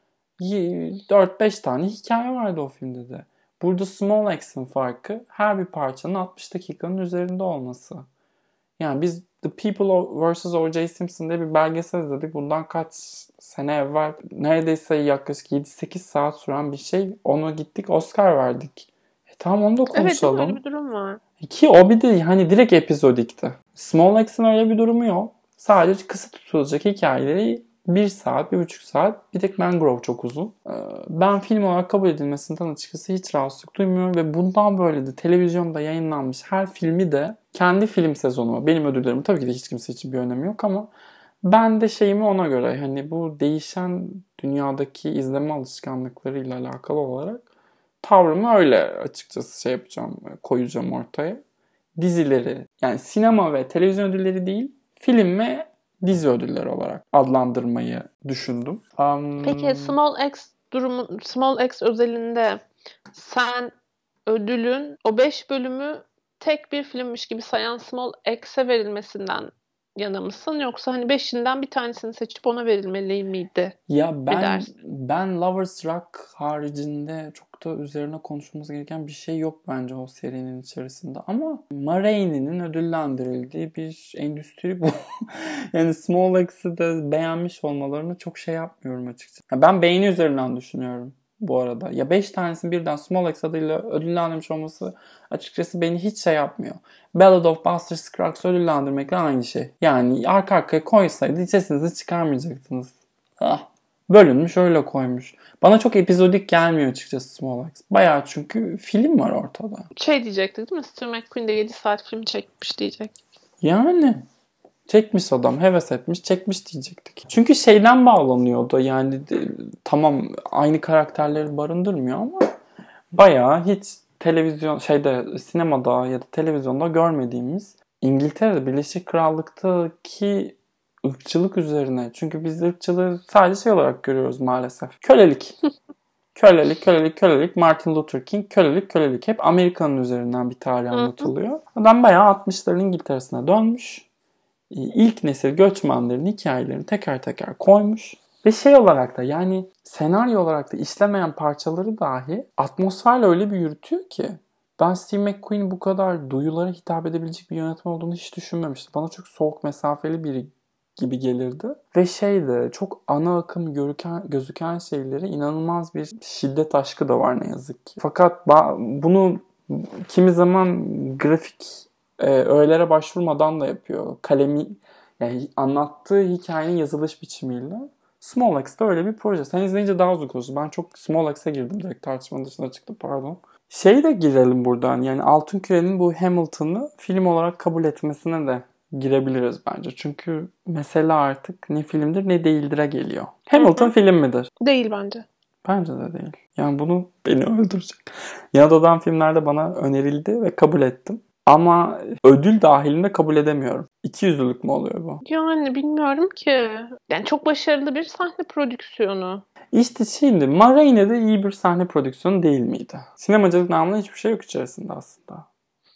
4-5 tane hikaye vardı o filmde de. Burada Small Axe'in farkı her bir parçanın 60 dakikanın üzerinde olması. Yani biz The People vs. O.J. Simpson diye bir belgesel izledik. Bundan kaç sene evvel neredeyse yaklaşık 7-8 saat süren bir şey. Onu gittik Oscar verdik. Tamam, onu da konuşalım. Evet, öyle bir durum var. Ki o bir de hani direkt epizodikti. Small Axe'in öyle bir durumu yok. Sadece kısa tutulacak hikayeleri 1 saat, 1,5 saat. Bir tek Mangrove çok uzun. Ben film olarak kabul edilmesinden açıkçası hiç rahatsızlık duymuyorum. Ve bundan böyle de televizyonda yayınlanmış her filmi de kendi film sezonuma, benim ödüllerim tabii ki de hiç kimse için bir önemi yok ama ben de şeyimi ona göre, hani bu değişen dünyadaki izleme alışkanlıklarıyla alakalı olarak tavrımı öyle açıkçası şey yapacağım, koyacağım ortaya. Dizileri, yani sinema ve televizyon ödülleri değil, film ve dizi ödülleri olarak adlandırmayı düşündüm. Peki Small X özelinde sen ödülün o 5 bölümü tek bir filmmiş gibi sayan Small X'e verilmesinden yana mısın? Yoksa hani 5'inden bir tanesini seçip ona verilmeli miydi? Ya Bir ders. ben Lovers Rock haricinde çok da üzerine konuşmamız gereken bir şey yok bence o serinin içerisinde. Ama Ma Rainey'nin ödüllendirildiği bir endüstri bu. Yani Small X'i de beğenmiş olmalarını çok şey yapmıyorum açıkçası. Ya ben beğeni üzerinden düşünüyorum bu arada. Ya 5 tanesini birden Small X adıyla ödüllendirmiş olması açıkçası beni hiç şey yapmıyor. Ballad of Buster Scruggs'ı ödüllendirmekle aynı şey. Yani arka arkaya koysaydı sesinizi çıkarmayacaktınız. Bölünmüş öyle koymuş. Bana çok epizodik gelmiyor açıkçası Small X. Bayağı çünkü film var ortada. Şey diyecektik değil mi? Stu McQueen de 7 saat film çekmiş diyecek. Yani çekmiş adam, heves etmiş, çekmiş diyecektik. Çünkü şeyden bağlanıyordu yani tamam aynı karakterleri barındırmıyor ama bayağı hiç televizyon sinemada ya da televizyonda görmediğimiz İngiltere'de, Birleşik Krallık'taki ırkçılık üzerine. Çünkü biz ırkçılığı sadece şey olarak görüyoruz maalesef. Kölelik. Kölelik. Martin Luther King, kölelik. Hep Amerika'nın üzerinden bir tarih anlatılıyor. Adam bayağı 60'ların İngiltere'sine dönmüş. İlk nesil göçmenlerin hikayelerini teker teker koymuş. Ve şey olarak da yani senaryo olarak da işlemeyen parçaları dahi atmosferle öyle bir yürütüyor ki ben Steve McQueen'in bu kadar duyulara hitap edebilecek bir yönetmen olduğunu hiç düşünmemiştim. Bana çok soğuk mesafeli biri gibi gelirdi. Ve çok ana akım gözüken şeyleri inanılmaz bir şiddet aşkı da var ne yazık ki. Fakat bunu kimi zaman grafik öğelere başvurmadan da yapıyor. Kalemi, yani anlattığı hikayenin yazılış biçimiyle. Small X'de öyle bir proje. Sen izleyince daha uzun konuştun. Ben çok Small X'e girdim. Direkt tartışmanın dışına çıktı. Pardon. De girelim buradan. Yani Altın Küre'nin bu Hamilton'ı film olarak kabul etmesine de girebiliriz bence. Çünkü mesele artık ne filmdir ne değildir'e geliyor. Hamilton film midir? Değil bence. Bence de değil. Yani bunu beni öldürecek. Yanada'dan filmlerde bana önerildi ve kabul ettim. Ama ödül dahilinde kabul edemiyorum. İkiyüzlülük mü oluyor bu? Yani bilmiyorum ki. Yani çok başarılı bir sahne prodüksiyonu. İşte şimdi Ma Rainey de iyi bir sahne prodüksiyonu değil miydi? Sinemacılık namına hiçbir şey yok içerisinde aslında.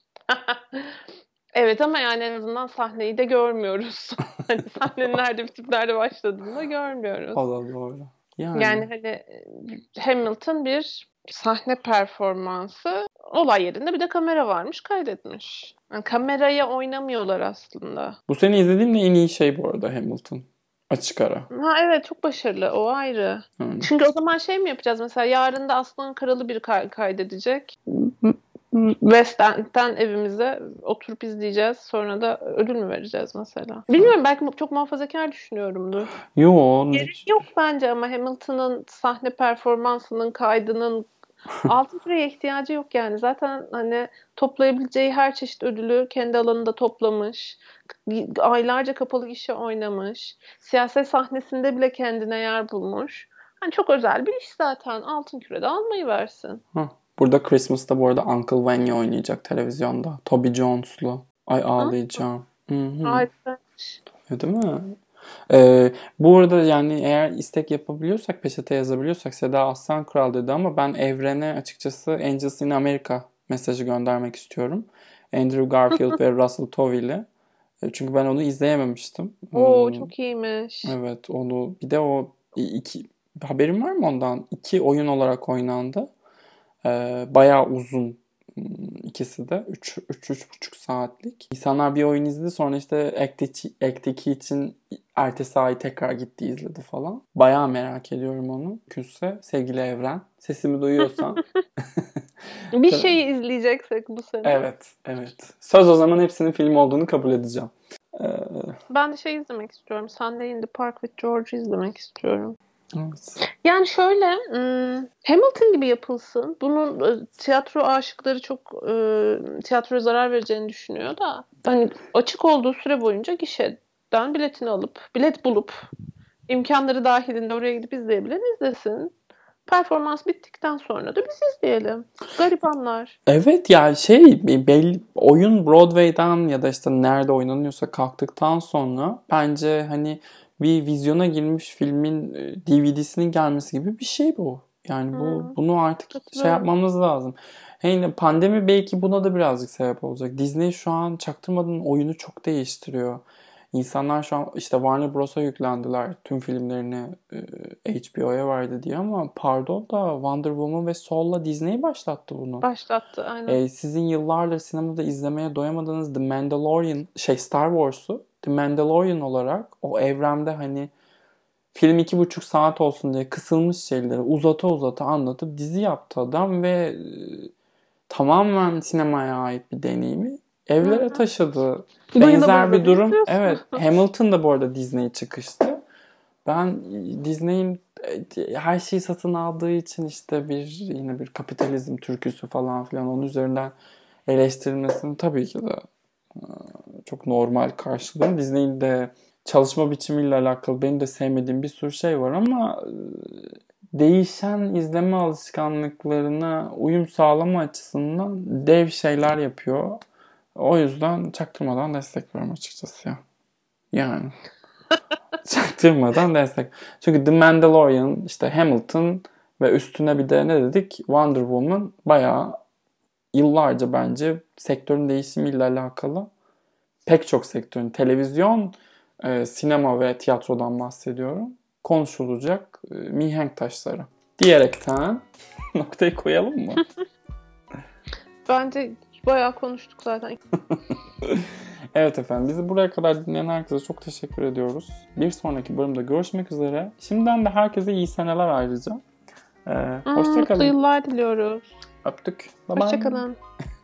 Evet ama yani en azından sahneyi de görmüyoruz. Hani sahnenin nerede bitip nerede başladığını da görmüyoruz. O da doğru. Yani hani Hamilton bir sahne performansı. Olay yerinde bir de kamera varmış, kaydetmiş. Yani kameraya oynamıyorlar aslında. Bu sene izlediğim de en iyi şey bu arada Hamilton. Açık ara. Ha evet, çok başarılı, o ayrı. Çünkü o zaman şey mi yapacağız mesela, yarın da Aslan Kralı bir kaydedecek. West End'den evimize oturup izleyeceğiz. Sonra da ödül mü vereceğiz mesela? Bilmiyorum, belki çok muhafazakar düşünüyorumdur. Gerek yok bence ama Hamilton'ın sahne performansının kaydının Altın Küre'ye ihtiyacı yok yani. Zaten hani toplayabileceği her çeşit ödülü kendi alanında toplamış. Aylarca kapalı gişe oynamış. Siyaset sahnesinde bile kendine yer bulmuş. Hani çok özel bir iş zaten. Altın Küre'de almayı versin. Burada Christmas'ta bu arada Uncle Vanya oynayacak televizyonda. Toby Jones'lu. Ay ağlayacağım. Harika. Değil mi? Bu arada yani eğer istek yapabiliyorsak, peçete yazabiliyorsak, Seda Aslan Kral dedi ama ben evrene açıkçası Angels in America mesajı göndermek istiyorum. Andrew Garfield ve Russell Tovey'li. Çünkü ben onu izleyememiştim. Oo, çok iyiymiş. Evet, onu bir de o haberin var mı ondan? 2 oyun olarak oynandı. Bayağı uzun ikisi de. 3,5 saatlik. İnsanlar bir oyun izledi, sonra işte Act 2 için ertesi ay tekrar gitti izledi falan. Bayağı merak ediyorum onu. Mümkünse sevgili Evren, sesimi duyuyorsan. Bir şeyi izleyeceksek bu sene. Evet. Söz o zaman hepsinin film olduğunu kabul edeceğim. Ben de şey izlemek istiyorum. Sunday in the Park with George izlemek istiyorum. Evet. Yani şöyle, Hamilton gibi yapılsın. Bunun tiyatro aşıkları çok tiyatroya zarar vereceğini düşünüyor da. Hani açık olduğu süre boyunca gişeden biletini alıp, bilet bulup, imkanları dahilinde oraya gidip izleyebilen izlesin. Performans bittikten sonra da biz izleyelim. Garibanlar. Evet yani belli oyun Broadway'den ya da işte nerede oynanıyorsa kalktıktan sonra bence hani bir vizyona girmiş filmin DVD'sinin gelmesi gibi bir şey bu. Yani bunu artık şey Katılıyorum. yapmamız lazım. Yani pandemi belki buna da birazcık sebep olacak. Disney şu an çaktırmadan oyunu çok değiştiriyor. İnsanlar şu an işte Warner Bros'a yüklendiler tüm filmlerini HBO'ya verdi diye ama pardon da Wonder Woman ve Soul'la Disney başlattı bunu. Başlattı aynen. Sizin yıllardır sinemada izlemeye doyamadığınız The Mandalorian, Star Wars'u The Mandalorian olarak o evrende hani film 2,5 saat olsun diye kısılmış şeyleri uzata anlatıp dizi yaptı adam ve tamamen sinemaya ait bir deneyimi evlere taşıdı. Benzer bir durum. Evet, Hamilton da bu arada Disney çıkıştı. Ben Disney'in her şeyi satın aldığı için işte yine bir kapitalizm türküsü falan filan onun üzerinden eleştirilmesini tabii ki de çok normal karşılıyorum. Disney'in de çalışma biçimiyle alakalı benim de sevmediğim bir sürü şey var ama değişen izleme alışkanlıklarına uyum sağlama açısından dev şeyler yapıyor. O yüzden çaktırmadan destekliyorum açıkçası ya. Yani. Çaktırmadan destek. Çünkü The Mandalorian, işte Hamilton ve üstüne bir de ne dedik? Wonder Woman bayağı yıllarca bence sektörün değişimiyle alakalı pek çok sektörün televizyon, sinema ve tiyatrodan bahsediyorum. Konuşulacak mihenk taşları. Diyerekten noktayı koyalım mı? Bence bayağı konuştuk zaten. Evet efendim, bizi buraya kadar dinleyen herkese çok teşekkür ediyoruz. Bir sonraki bölümde görüşmek üzere. Şimdiden de herkese iyi seneler ayrıca. Hoşça Mutlu kalın. yıllar diliyoruz. Öptük. Bye bye. Hoşça kalın.